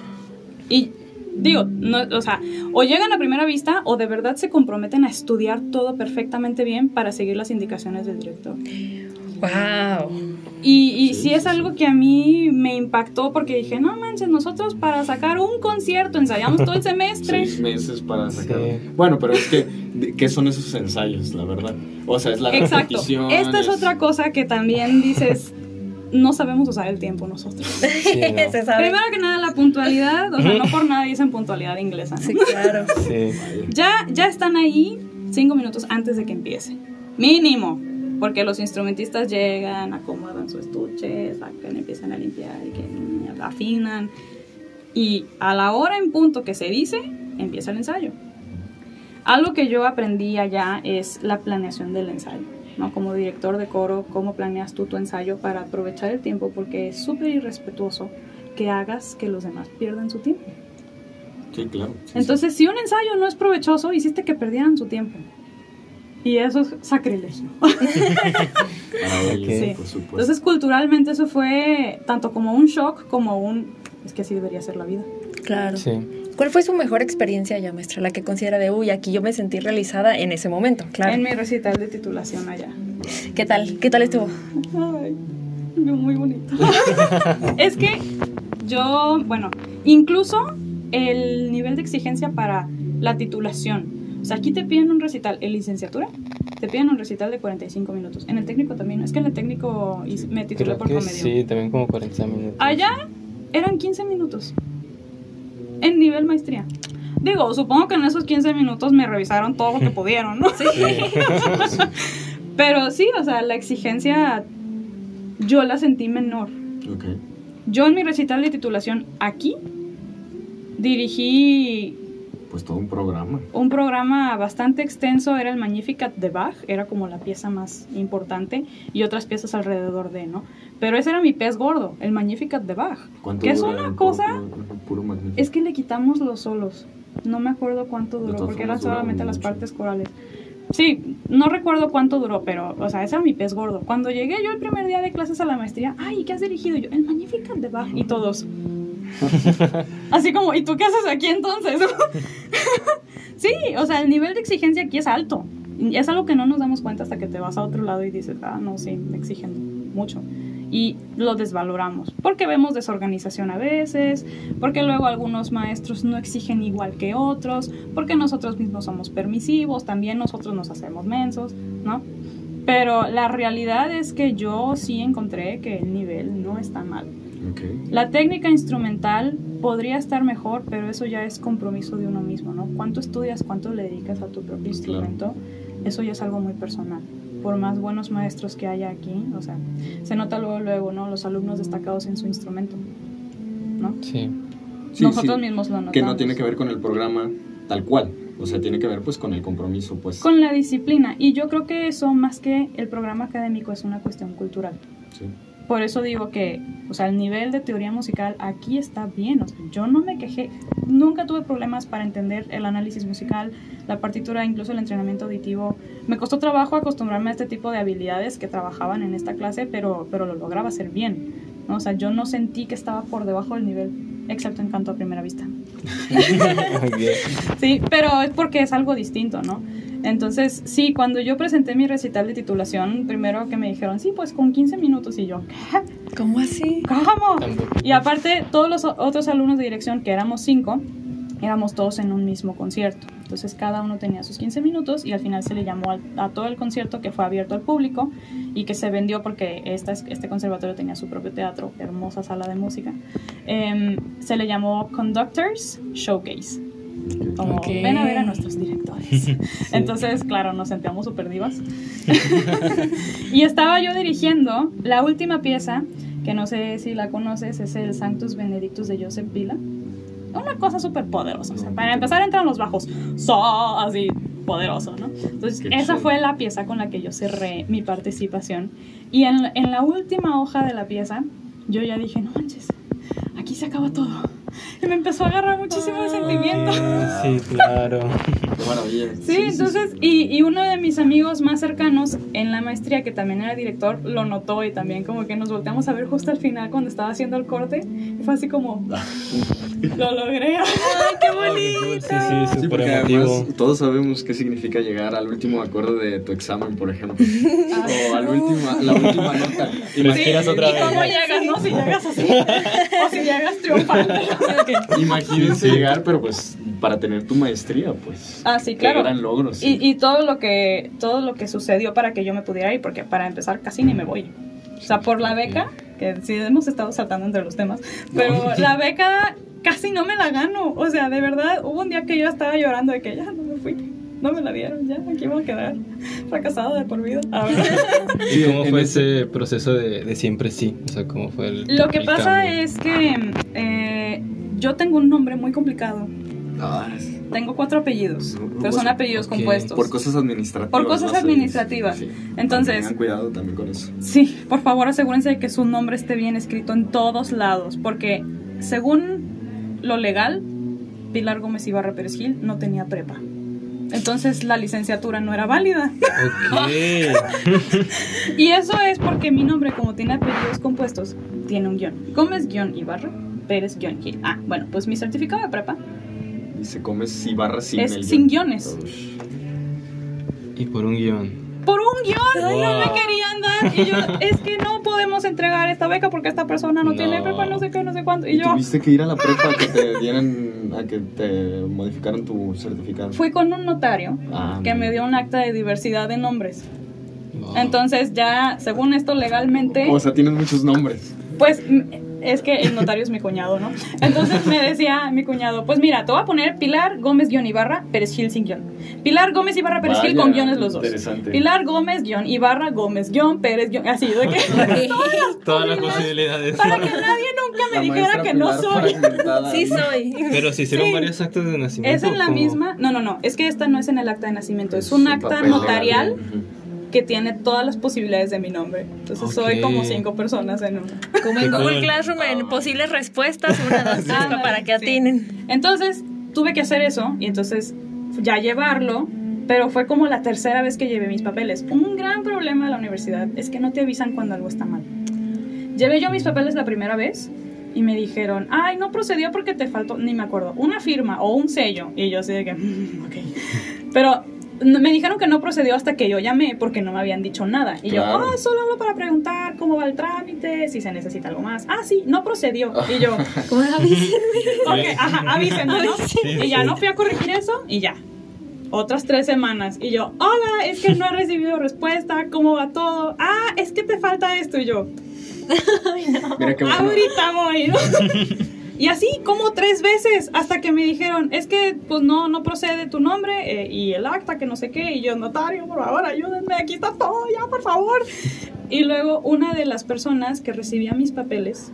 Y digo, no, o sea, o llegan a primera vista o de verdad se comprometen a estudiar todo perfectamente bien para seguir las indicaciones del director. Wow. Y, y Sí, sí, sí, es sí. algo que a mí me impactó porque dije, no manches, nosotros para sacar un concierto ensayamos todo el semestre. Seis meses para sacar. Sí. Bueno, pero es que, de- ¿qué son esos ensayos, la verdad? O sea, es la Exacto. repetición. Esta es otra cosa que también dices, no sabemos usar el tiempo nosotros. Sí, no. Se sabe. Primero que nada, la puntualidad, o sea, no por nada dicen puntualidad inglesa, ¿no? Sí, claro. Sí. Ya, ya están ahí cinco minutos antes de que empiece. Mínimo. Porque los instrumentistas llegan, acomodan su estuche, sacan, empiezan a limpiar, y que afinan. Y a la hora en punto que se dice, empieza el ensayo. Algo que yo aprendí allá es la planeación del ensayo, ¿no? Como director de coro, cómo planeas tú tu ensayo para aprovechar el tiempo, porque es súper irrespetuoso que hagas que los demás pierdan su tiempo. Sí, claro. sí, Entonces, si un ensayo no es provechoso, hiciste que perdieran su tiempo. Y eso es sacrilegio. sí. Para ellos, Sí. por supuesto. Entonces, culturalmente eso fue tanto como un shock como un... Es que así debería ser la vida. Claro. Sí. ¿Cuál fue su mejor experiencia allá, maestra? La que considera de, uy, aquí yo me sentí realizada en ese momento, claro. En mi recital de titulación allá. ¿Qué tal? ¿Qué tal estuvo? Ay, muy bonito. Es que yo, bueno, incluso el nivel de exigencia para la titulación. O sea, aquí te piden un recital, en licenciatura, te piden un recital de cuarenta y cinco minutos. En el técnico también, es que en el técnico y- me titulé Creo por que promedio. sí, también como cuarenta minutos. Allá eran quince minutos. En nivel maestría. Digo, supongo que en esos quince minutos me revisaron todo lo que pudieron, ¿no? Sí. Pero sí, o sea, la exigencia yo la sentí menor. Ok. Yo en mi recital de titulación aquí dirigí Pues todo un programa. un programa bastante extenso, era el Magnificat de Bach, era como la pieza más importante y otras piezas alrededor de, ¿no? Pero ese era mi pez gordo, el Magnificat de Bach. ¿Cuánto Que es dura una el cosa, puro- puro magnífico? es que le quitamos los solos. No me acuerdo cuánto De duró, todas porque eran formas, dura solamente las mucho. partes corales. Sí, no recuerdo cuánto duró, pero, o sea, ese era mi pez gordo. Cuando llegué yo el primer día de clases a la maestría, ay, ¿qué has dirigido? Yo, el Magnificat de Bach. Y todos. Así como, ¿y tú qué haces aquí entonces? Sí, o sea, el nivel de exigencia aquí es alto. Y es algo que no nos damos cuenta hasta que te vas a otro lado y dices, ah, no, sí, me exigen mucho. Y lo desvaloramos, porque vemos desorganización a veces, porque luego algunos maestros no exigen igual que otros, porque nosotros mismos somos permisivos, también nosotros nos hacemos mensos, ¿no? Pero la realidad es que yo sí encontré que el nivel no está mal. Okay. La técnica instrumental podría estar mejor, pero eso ya es compromiso de uno mismo, ¿no? ¿Cuánto estudias, cuánto le dedicas a tu propio instrumento? Eso ya es algo muy personal. Por más buenos maestros que haya aquí, o sea, se nota luego, luego, ¿no? Los alumnos destacados en su instrumento, ¿no? Sí. Sí, Nosotros sí, mismos lo notamos. que no tiene que ver con el programa tal cual. O sea, tiene que ver pues con el compromiso, pues. Con la disciplina. Y yo creo que eso, más que el programa académico, es una cuestión cultural. Sí. Por eso digo que, o sea, el nivel de teoría musical aquí está bien. O sea, yo no me quejé. Nunca tuve problemas para entender el análisis musical, la partitura, incluso el entrenamiento auditivo. Me costó trabajo acostumbrarme a este tipo de habilidades que trabajaban en esta clase, pero, pero lo lograba hacer bien, ¿no? O sea, yo no sentí que estaba por debajo del nivel, excepto en canto a primera vista. Ok. Sí, pero es porque es algo distinto, ¿no? Entonces, sí, cuando yo presenté mi recital de titulación, primero que me dijeron, sí, pues con quince minutos, y yo, ¿qué? ¿Cómo así? ¿Cómo? Y aparte, todos los otros alumnos de dirección, que éramos cinco, éramos todos en un mismo concierto. Entonces cada uno tenía sus quince minutos y al final se le llamó al, a todo el concierto, que fue abierto al público y que se vendió porque esta, este conservatorio tenía su propio teatro, hermosa sala de música. Eh, se le llamó Conductors Showcase. Como okay. Ven a ver a nuestros directores. Sí. Entonces, claro, nos sentíamos súper divas. Y estaba yo dirigiendo la última pieza, que no sé si la conoces, es el Sanctus Benedictus de Joseph Villa. Una cosa súper poderosa. O sea, para empezar entran los bajos. So, así, poderoso, ¿no? Entonces, Qué esa chido. Fue la pieza con la que yo cerré mi participación. Y en, en la última hoja de la pieza, yo ya dije, no manches, aquí se acaba todo. Y me empezó a agarrar muchísimo oh, el sentimiento. Sí, claro. Qué maravilla. Sí, sí, entonces, sí, sí. Y, y uno de mis amigos más cercanos en la maestría, que también era director, lo notó y también como que nos volteamos a ver justo al final cuando estaba haciendo el corte. Y fue así como, lo logré. ¡Ay, qué bonito! Sí, sí, sí, porque además todos sabemos qué significa llegar al último acorde de tu examen, por ejemplo. Ah, o al último, la última nota. Imaginas sí, otra ¿y vez. cómo llegas, no? Si llegas así. O si llegas triunfante. Imagínense llegar, pero pues para tener tu maestría, pues. Ah, sí, claro. Qué gran logro, sí. Y, y todo lo que todo lo que sucedió para que yo me pudiera ir, porque para empezar casi ni me voy. O sea, por la beca, que sí hemos estado saltando entre los temas, pero no. La beca casi no me la gano. O sea, de verdad, hubo un día que yo estaba llorando de que ya no me fui. No me la dieron, ya, aquí voy a quedar fracasada de por vida. ¿Y cómo fue ese proceso de, de siempre sí? O sea, ¿cómo fue el Lo que el pasa cambio? es que eh, yo tengo un nombre muy complicado. Ah, tengo cuatro apellidos, pero son apellidos okay. compuestos. Por cosas administrativas. Por cosas no sé, administrativas. Sí. Entonces, tengan cuidado también con eso. Sí, por favor asegúrense de que su nombre esté bien escrito en todos lados, porque según lo legal, Pilar Gómez Ibarra Pérez Gil no tenía prepa. Entonces la licenciatura no era válida. Okay. Y eso es porque mi nombre, como tiene apellidos compuestos, tiene un guión. Gómez guión Ibarra, Pérez guión Gil. Ah, bueno, pues mi certificado de prepa dice Gómez Ibarra sin es el sin guión. guiones. Y por un guión. Por un guión, wow. No me querían dar. Y yo, es que no podemos entregar esta beca porque esta persona no, no. tiene prepa, no sé qué, no sé cuánto. Y, ¿Y yo tuviste que ir a la prepa a que te dieran, a que te modificaran tu certificado? Fui con un notario ah, que me dio un acta de diversidad de nombres. Wow. Entonces ya, según esto legalmente... O sea, tienes muchos nombres. Pues es que el notario es mi cuñado, ¿no? Entonces me decía mi cuñado, pues mira, te voy a poner Pilar Gómez guión Ibarra Pérez Gil sin guión. Pilar Gómez Ibarra Pérez Gil con guiones los dos. Pilar Gómez guión Ibarra Gómez guión Pérez guión, así de que todas las todas las posibilidades para que nadie nunca me la dijera que no soy. Sí soy. Pero si hicieron sí. varios actos de nacimiento. Es en la como... misma. No, no, no. Es que esta no es en el acta de nacimiento. Es un acta notarial. Uh-huh. Que tiene todas las posibilidades de mi nombre. Entonces okay. soy como cinco personas en una. Como en Google Classroom, en posibles respuestas, una, dos, tres, ah, para que atinen. Sí. Entonces tuve que hacer eso y entonces ya llevarlo, pero fue como la tercera vez que llevé mis papeles. Un gran problema de la universidad es que no te avisan cuando algo está mal. Llevé yo mis papeles la primera vez y me dijeron, ay, no procedió porque te faltó, ni me acuerdo, una firma o un sello. Y yo así de que, mm, ok. Pero... me dijeron que no procedió hasta que yo llamé porque no me habían dicho nada. Y claro. yo, ah, solo hablo para preguntar cómo va el trámite, si se necesita algo más. Ah, sí, no procedió. Y yo, ¿cómo avísenme? Ok, ajá, avísenme, ¿no? Y ya no fui a corregir eso y ya. Otras tres semanas. Y yo, hola, es que no he recibido respuesta, ¿cómo va todo? Ah, es que te falta esto. Y yo, ay, no. Mira qué bueno. Ahorita voy, ¿no? Y así como tres veces hasta que me dijeron, es que pues no, no procede tu nombre eh, y el acta que no sé qué. Y yo, notario, por favor, ayúdenme, aquí está todo, ya, por favor. Y luego una de las personas que recibía mis papeles,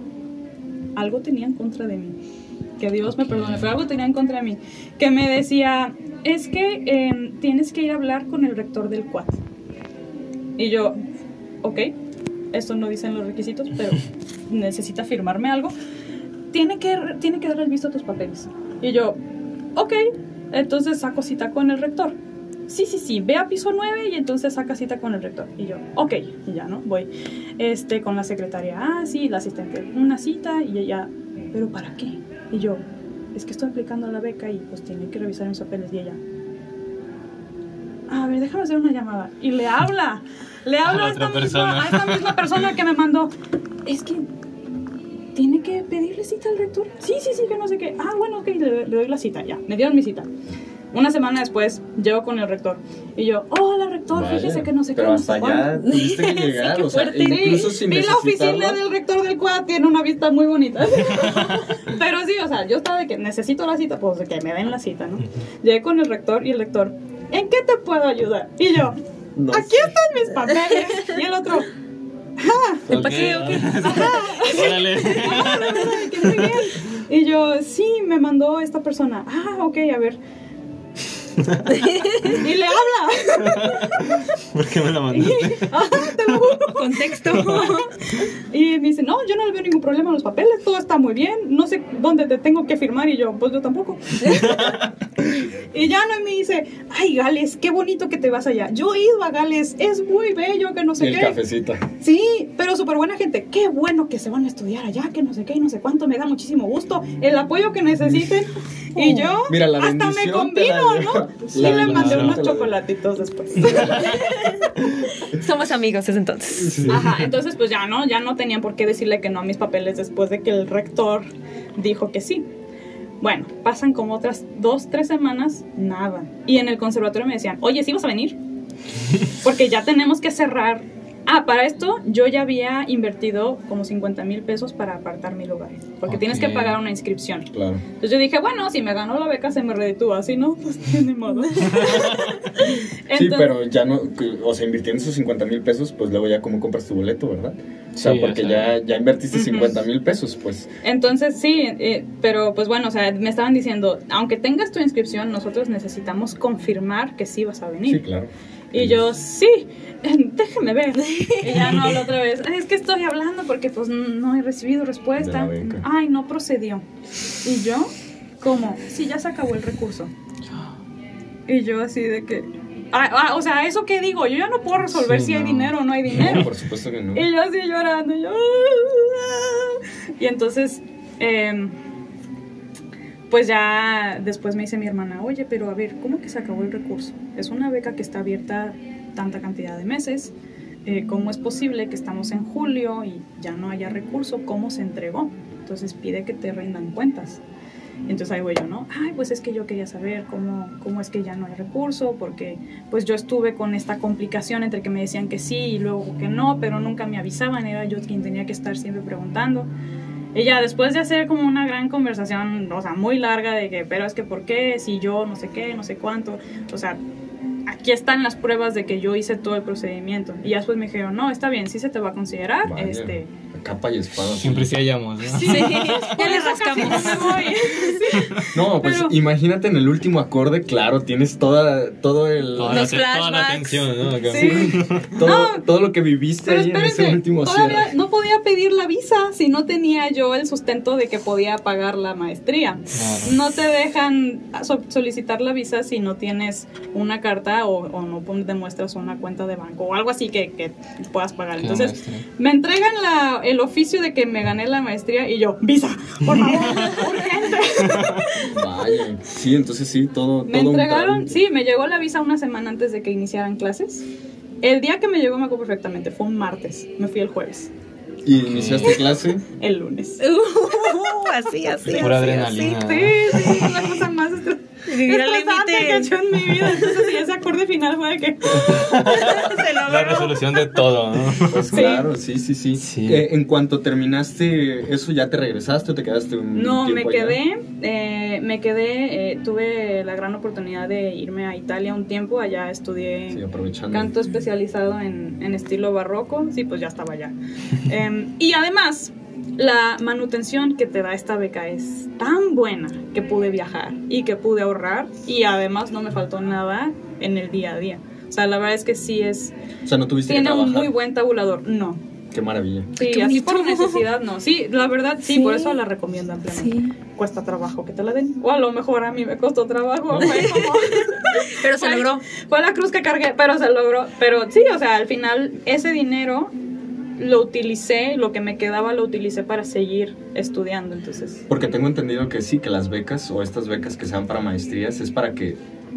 algo tenía en contra de mí. Que Dios me perdone, pero algo tenía en contra de mí. Que me decía, es que eh, tienes que ir a hablar con el rector del Cuat. Y yo, ok, esto no dicen los requisitos, pero necesita firmarme algo. Tiene que, tiene que dar el visto a tus papeles. Y yo, ok, entonces saco cita con el rector. Sí, sí, sí, ve a piso nueve y entonces saca cita con el rector. Y yo, ok, y ya, ¿no? Voy este, con la secretaria, ah, sí, la asistente, una cita y ella, ¿pero para qué? Y yo, es que estoy aplicando a la beca y pues tiene que revisar mis papeles. Y ella, a ver, déjame hacer una llamada. Y le habla, le habla a, a, esta misma, a esta misma persona que me mandó. Es que tiene que pedirle cita al rector. Sí, sí, sí, que no sé qué. Ah, bueno, ok, le, le doy la cita, ya. Me dieron mi cita. Una semana después, llego con el rector. Y yo, hola, rector, Vaya, fíjese que no sé qué. Pero hasta allá tuviste que llegar, sí, o sea, incluso sin y la oficina del rector del Q A tiene una vista muy bonita. Pero sí, o sea, yo estaba de que necesito la cita, pues de que me den la cita, ¿no? Llegué con el rector y el rector, ¿en qué te puedo ayudar? Y yo, no aquí sé. Están mis papeles. Y el otro, ¡ah! Okay, ok, ok. Órale. Muy bien. Y yo, sí, me mandó esta persona. Ah, ok, a ver. Y le habla. ¿Por qué me la mandaste? Ah, te lo juro. Contexto. Y me dice, no, yo no le veo ningún problema en los papeles, todo está muy bien, no sé dónde te tengo que firmar. Y yo, pues yo tampoco. Y ya no, y me dice, ay, Gales, qué bonito que te vas allá. Yo he ido a Gales, es muy bello, que no sé y qué. El cafecito. Sí, pero súper buena gente. Qué bueno que se van a estudiar allá, que no sé qué y no sé cuánto. Me da muchísimo gusto, el apoyo que necesiten. Y yo, Mira, la hasta me convino, ¿no? Sí, le mandé unos chocolatitos después. Somos amigos desde entonces. Sí. Ajá, entonces pues ya no, ya no tenían por qué decirle que no a mis papeles después de que el rector dijo que sí. Bueno, pasan como otras dos, tres semanas, nada. Y en el conservatorio me decían, oye, ¿sí vas a venir? Porque ya tenemos que cerrar. Ah, para esto yo ya había invertido como cincuenta mil pesos para apartar mi lugar. Porque okay. tienes que pagar una inscripción. Claro. Entonces yo dije, bueno, si me ganó la beca se me reditúa. Si no, pues tiene modo. Entonces, sí, pero ya no, o sea, invirtiendo esos cincuenta mil pesos, pues luego ya cómo compras tu boleto, ¿verdad? O sea, sí, porque o sea, ya, ya invertiste uh-huh. cincuenta mil pesos, pues. Entonces sí, eh, pero pues bueno, o sea, me estaban diciendo, aunque tengas tu inscripción, nosotros necesitamos confirmar que sí vas a venir. Sí, claro. Y yo, sí, déjeme ver. Y ya no hablo otra vez. Es que estoy hablando porque pues no he recibido respuesta. Ay, no procedió. Y yo, ¿cómo? Sí, ya se acabó el recurso. Y yo así de que... Ah, ah, o sea, ¿eso qué digo? Yo ya no puedo resolver sí, si no. hay dinero o no hay dinero. No, por supuesto que no. Y yo así llorando. Y, yo, y entonces... Eh, pues ya después me dice mi hermana, oye, pero a ver, ¿cómo que se acabó el recurso? Es una beca que está abierta tanta cantidad de meses. Eh, ¿Cómo es posible que estamos en julio y ya no haya recurso? ¿Cómo se entregó? Entonces pide que te rindan cuentas. Entonces ahí voy yo, ¿no? Ay, pues es que yo quería saber cómo, cómo es que ya no hay recurso, porque pues yo estuve con esta complicación entre que me decían que sí y luego que no, pero nunca me avisaban, era yo quien tenía que estar siempre preguntando. Y ya después de hacer como una gran conversación, o sea, muy larga de que, pero es que ¿por qué? Si yo no sé qué, no sé cuánto, o sea, aquí están las pruebas de que yo hice todo el procedimiento. Y ya después me dijeron, no, está bien, sí se te va a considerar. Vaya, este capa y espada. Siempre sí hallamos, ¿no? Sí, ya le rascamos. No, me voy. Sí. No, pues pero, imagínate en el último acorde, claro, tienes toda, todo el... Toda, los la, toda la atención, ¿no? Sí. todo, no, todo lo que viviste ahí en ese último todavía cierre. No podía pedir la visa si no tenía yo el sustento de que podía pagar la maestría. Claro. No te dejan solicitar la visa si no tienes una carta o, o no demuestras una cuenta de banco o algo así que, que puedas pagar. Entonces, maestría. Me entregan la, el oficio de que me gané la maestría y yo, visa, por favor, urgente. Vaya, sí, entonces sí, todo. Me todo entregaron, sí, me llegó la visa una semana antes de que iniciaran clases. El día que me llegó me acuerdo perfectamente, fue un martes, me fui el jueves. ¿Y iniciaste clase? El lunes. Uh, así, así. Pura así, adrenalina. Así. Sí, sí, es la cosa más estresante vivir al límite que he hecho en mi vida. Entonces, y ese acorde final fue de que se logró. La resolución de todo, ¿no? Pues sí. Claro, sí, sí, sí. sí. Eh, en cuanto terminaste eso, ¿ya te regresaste o te quedaste un no, tiempo me quedé, eh, me quedé, eh, tuve la gran oportunidad de irme a Italia un tiempo. Allá estudié sí, canto especializado en, en estilo barroco. Sí, pues ya estaba allá. eh, y además, la manutención que te da esta beca es tan buena que pude viajar y que pude ahorrar y además no me faltó nada en el día a día. O sea, la verdad es que sí es... O sea, ¿no tuviste tiene que trabajar? Un muy buen tabulador. No. Qué maravilla. Sí, Qué así por necesidad no. Sí, la verdad sí, sí. Por eso la recomiendo ampliamente. Sí. Cuesta trabajo que te la den. O a lo mejor a mí me costó trabajo. Fue como... pero se fue, logró. Fue la cruz que cargué, pero se logró. Pero sí, o sea, al final ese dinero lo utilicé, lo que me quedaba lo utilicé para seguir estudiando, entonces. Porque tengo entendido que sí, que las becas o estas becas que sean para maestrías es para que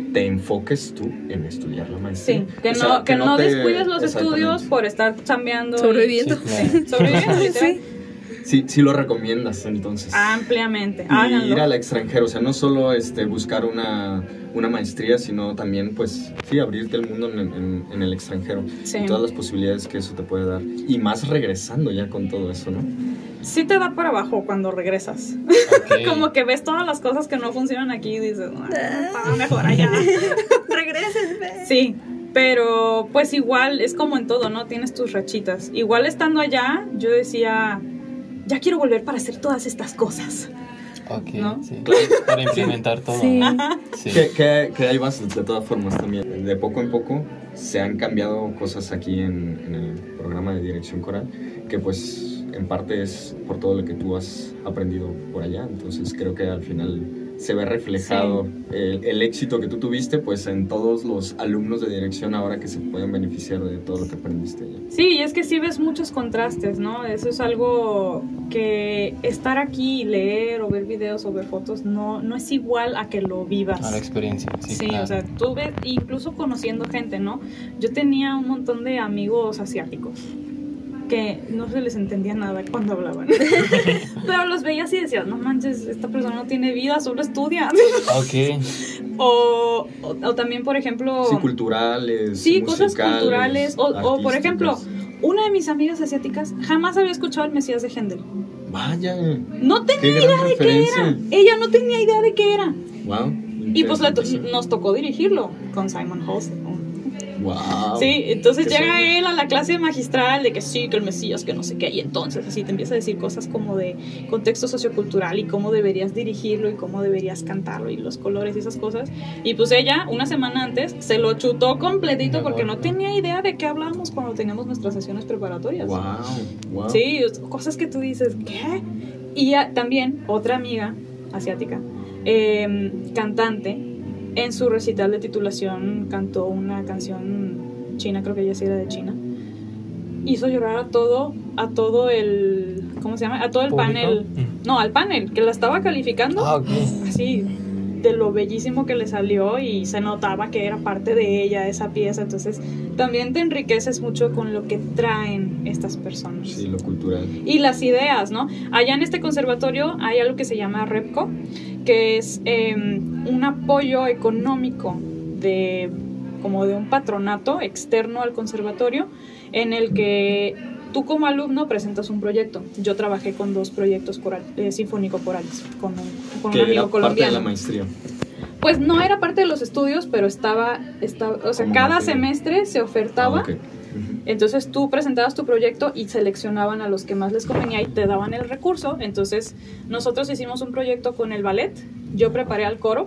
te enfoques tú en estudiar la maestría. Sí, que O no, sea, que no te- descuides los exactamente. estudios por estar chambeando. y- Sobreviviendo. Sí, claro. Sí, sobreviviendo, literal. Sí, sí lo recomiendas entonces. Ampliamente, Y háganlo. ir al extranjero, o sea, no solo este, buscar una, una maestría, sino también, pues, sí, abrirte el mundo en, en- en el extranjero. Sí. Y todas las posibilidades que eso te puede dar. Y más regresando ya con todo eso, ¿no? Sí te da para abajo cuando regresas. Ok. Como que ves todas las cosas que no funcionan aquí y dices, "Ah, estaba mejor allá". Regresen. Sí, pero pues igual es como en todo, ¿no? Tienes tus rachitas. Igual estando allá, yo decía, ya quiero volver para hacer todas estas cosas. Ok, ¿No? sí. Para implementar todo. Sí. ¿no? Sí. Que, que, que ahí vas de todas formas también. De poco en poco se han cambiado cosas aquí en, en el programa de dirección coral, que pues en parte es por todo lo que tú has aprendido por allá. Entonces creo que al final se ve reflejado el, el éxito que tú tuviste pues en todos los alumnos de dirección ahora que se pueden beneficiar de todo lo que aprendiste allá. Sí, y es que sí ves muchos contrastes, ¿no? Eso es algo que estar aquí y leer o ver videos o ver fotos no, no es igual a que lo vivas. A la experiencia. Sí, Sí, claro. o sea, tú ves, incluso conociendo gente, ¿no? Yo tenía un montón de amigos asiáticos que no se les entendía nada cuando hablaban. Pero los veías y decías, no manches, esta persona no tiene vida, solo estudia. Ok. o, o, o también, por ejemplo... Sí, culturales, Sí, cosas musicales, culturales. O, o, por ejemplo, artísticas. una de mis amigas asiáticas jamás había escuchado el Mesías de Händel. Vaya, No tenía qué gran idea de qué referencia. era. Ella no tenía idea de qué era. Wow. Y pues le to- interesantísimo. nos tocó dirigirlo con Simon House. Wow. Sí, entonces Qué llega suerte. él a la clase magistral de que sí, que el Mesías, que no sé qué, y entonces así te empieza a decir cosas como de contexto sociocultural y cómo deberías dirigirlo y cómo deberías cantarlo y los colores y esas cosas. Y pues ella, una semana antes, se lo chutó completito porque no tenía idea de qué hablábamos cuando teníamos nuestras sesiones preparatorias. Wow, wow. Sí, cosas que tú dices, ¿qué? Y ya, también otra amiga asiática, eh, cantante, en su recital de titulación cantó una canción china, creo que ella sí era de China. Hizo llorar a todo, a todo el, ¿cómo se llama? A todo el ¿Público? panel. Mm. No, al panel, que la estaba calificando. Ah, ok. Así, de lo bellísimo que le salió y se notaba que era parte de ella esa pieza. Entonces, también te enriqueces mucho con lo que traen estas personas. Sí, lo cultural. Y las ideas, ¿no? Allá en este conservatorio hay algo que se llama REPCO, que es eh, un apoyo económico de como de un patronato externo al conservatorio en el que tú como alumno presentas un proyecto. Yo trabajé con dos proyectos coral, eh, sinfónico-corales con un, con un Que amigo era parte de colombiano. la maestría. Pues no era parte de los estudios, pero estaba, estaba o sea, Como cada materia. semestre se ofertaba. Ah, ok. Ujú. Entonces tú presentabas tu proyecto y seleccionaban a los que más les convenía y te daban el recurso. Entonces nosotros hicimos un proyecto con el ballet, yo preparé al coro,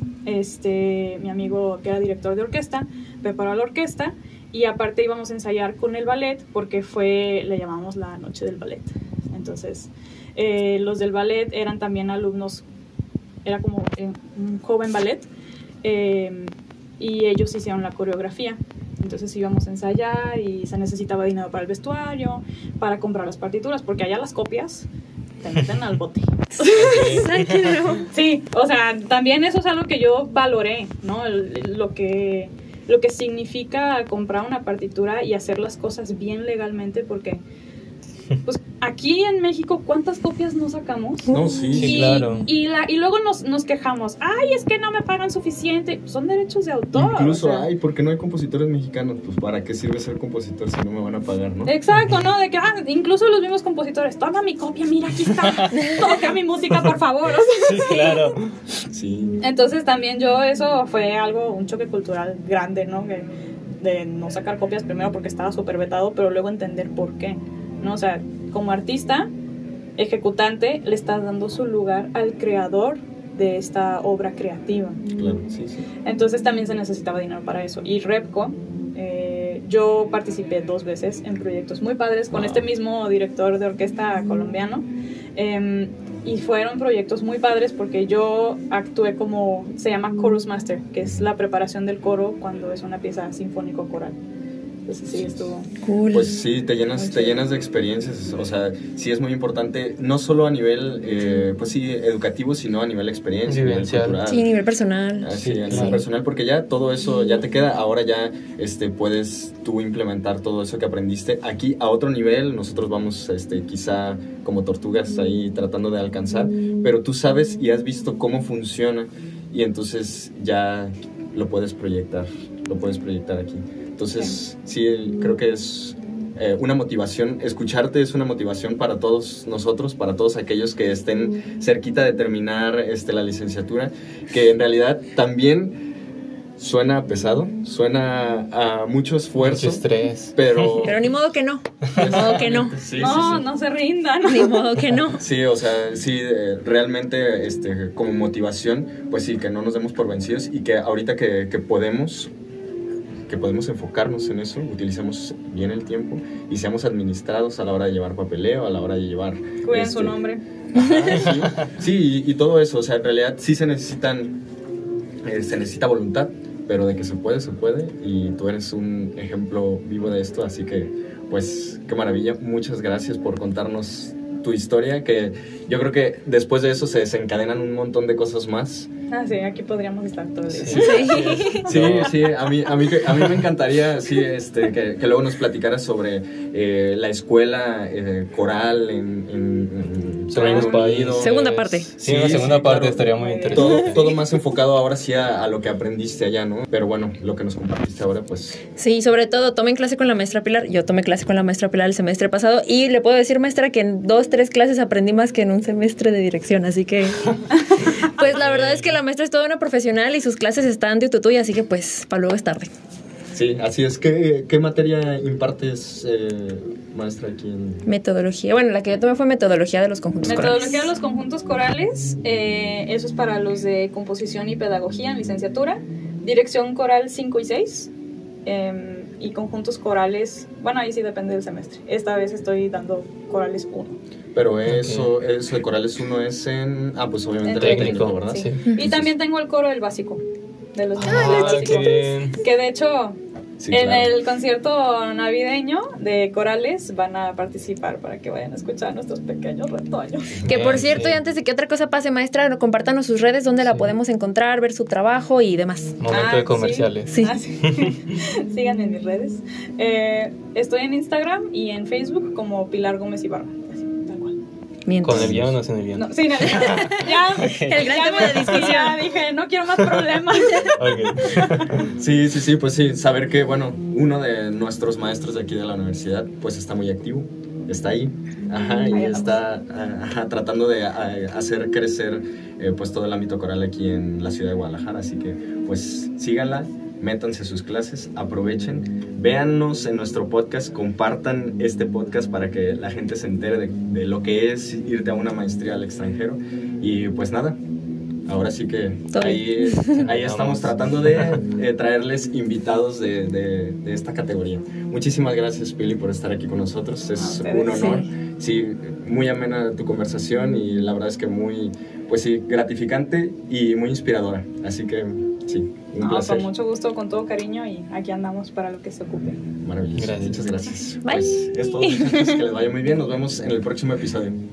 este, mi amigo que era director de orquesta preparó la orquesta y aparte íbamos a ensayar con el ballet porque fue, le llamamos la noche del ballet. Entonces eh, los del ballet eran también alumnos, era como eh, un joven ballet eh, y ellos hicieron la coreografía. Entonces íbamos a ensayar y se necesitaba dinero para el vestuario, para comprar las partituras, porque allá las copias te meten al bote. Sí, o sea, también eso es algo que yo valoré, ¿no? El- lo que lo que significa comprar una partitura y hacer las cosas bien legalmente, porque pues aquí en México, ¿cuántas copias no sacamos? No, sí. Sí, y, claro. y, la, y luego nos, nos quejamos, ay, es que no me pagan suficiente. Son derechos de autor. Incluso, o sea. ay, ¿por qué no hay compositores mexicanos? Pues ¿para qué sirve ser compositor si no me van a pagar, no? Exacto, ¿no? De que ah, incluso los mismos compositores, toma mi copia, mira, aquí está, toca mi música, por favor. O sea, Sí, claro. Sí. entonces también yo, eso fue algo, un choque cultural grande, ¿no? Que, de no sacar copias primero porque estaba súper vetado, pero luego entender por qué, ¿no? O sea, como artista, ejecutante, le estás dando su lugar al creador de esta obra creativa. Claro, sí, sí. Entonces también se necesitaba dinero para eso. Y Repco, eh, yo participé dos veces en proyectos muy padres con Wow. este mismo director de orquesta colombiano. Eh, y fueron proyectos muy padres porque yo actué como, se llama Chorus Master, que es la preparación del coro cuando es una pieza sinfónico-coral. Entonces sí, estuvo... Cool. Pues sí, te llenas, te llenas de experiencias, o sea, sí es muy importante, no solo a nivel, eh, pues sí, educativo, sino a nivel experiencia, a nivel Vivencial. cultural. Sí, nivel personal. Así, a nivel Sí. personal, porque ya todo eso ya te queda, ahora ya este, puedes tú implementar todo eso que aprendiste aquí a otro nivel, nosotros vamos este, quizá como tortugas ahí tratando de alcanzar, pero tú sabes y has visto cómo funciona y entonces ya lo puedes proyectar, lo puedes proyectar aquí. Entonces, sí, creo que es eh, una motivación, escucharte es una motivación para todos nosotros, para todos aquellos que estén cerquita de terminar este, la licenciatura, que en realidad también suena pesado, suena a mucho esfuerzo. Mucho estrés. Pero, Pero ni modo que no. Ni modo que no. Sí, no, sí, sí. no se rindan. Ni modo que no. Sí, o sea, sí, eh, realmente este, como motivación, pues sí, que no nos demos por vencidos y que ahorita que, que podemos... que podemos enfocarnos en eso, utilicemos bien el tiempo y seamos administrados a la hora de llevar papeleo, a la hora de llevar... Cuiden este, su nombre. Ajá, sí, sí y, y todo eso, o sea, en realidad sí se necesitan, eh, se necesita voluntad, pero de que se puede, se puede, y tú eres un ejemplo vivo de esto, así que, pues, qué maravilla, muchas gracias por contarnos tu historia, que yo creo que después de eso se desencadenan un montón de cosas más. Ah, sí, aquí podríamos estar todo el día. Sí. Sí. Sí, sí, a mí, a mí, a mí me encantaría sí, este, que, que luego nos platicaras sobre eh, la escuela eh, coral en, en, en Sobre los Reino Unido. países. Segunda parte. Sí, Sí, la segunda sí, parte claro. estaría muy Muy bien. interesante. Todo, todo más enfocado ahora sí a, a lo que aprendiste allá, ¿no? Pero bueno, lo que nos compartiste ahora, pues... Sí, sobre todo tomen clase con la maestra Pilar. Yo tomé clase con la maestra Pilar el semestre pasado y le puedo decir, maestra, que en dos, tres clases aprendí más que en un semestre de dirección. Así que, pues la verdad es que la maestra es toda una profesional y sus clases están de tutuy, así que pues para luego es tarde. Sí, así es. ¿Qué, qué materia impartes, eh, maestra, aquí en...? Metodología. Bueno, la que yo tomé fue metodología de los conjuntos Metodología corales. de los conjuntos corales, eh, eso es para los de composición y pedagogía en licenciatura, dirección coral cinco y seis, eh, y conjuntos corales, bueno, ahí sí depende del semestre. Esta vez estoy dando corales uno. Pero eso, eso de Corales uno es en... Ah, pues obviamente En técnico, técnico, ¿verdad? Sí. Sí. Y también tengo el coro del básico, de los niños Ah, básicos. qué bien. Que de hecho, Sí, en claro. el concierto navideño de corales van a participar para que vayan a escuchar a nuestros pequeños retoños. Que por Bien, cierto, y bien. antes de que otra cosa pase, maestra, compártanos sus redes, donde la Sí. podemos encontrar, ver su trabajo y demás. Momento Ah, de comerciales. Sí. Ah, sí. Síganme en mis redes. Eh, estoy en Instagram y en Facebook como Pilar Gómez Ibarra. Así, tal cual. Mientras. ¿Con el guión o sin el guión? No, sí, no, ya, El gran ya tema me- de discusión. ya dije, no quiero más problemas. Ok. Sí, sí, sí, pues sí, saber que, bueno, uno de nuestros maestros de aquí de la universidad, pues está muy activo, está ahí, ajá, y Ahí está ajá, tratando de a, hacer crecer eh, pues todo el ámbito coral aquí en la ciudad de Guadalajara, así que pues síganla, métanse a sus clases, aprovechen, véannos en nuestro podcast, compartan este podcast para que la gente se entere de, de lo que es irte a una maestría al extranjero, y pues nada. Ahora sí que Todo ahí, ahí estamos Vamos. tratando de eh, traerles invitados de, de, de esta categoría. Muchísimas gracias, Pili, por estar aquí con nosotros. Es A ustedes. un honor. Sí, muy amena tu conversación y la verdad es que muy, pues sí, gratificante y muy inspiradora. Así que sí, un No, placer. con mucho gusto, con todo cariño y aquí andamos para lo que se ocupe. Maravilloso. Gracias. Muchas gracias. Bye. Pues es todo, muchachos, que les vaya muy bien. Nos vemos en el próximo episodio.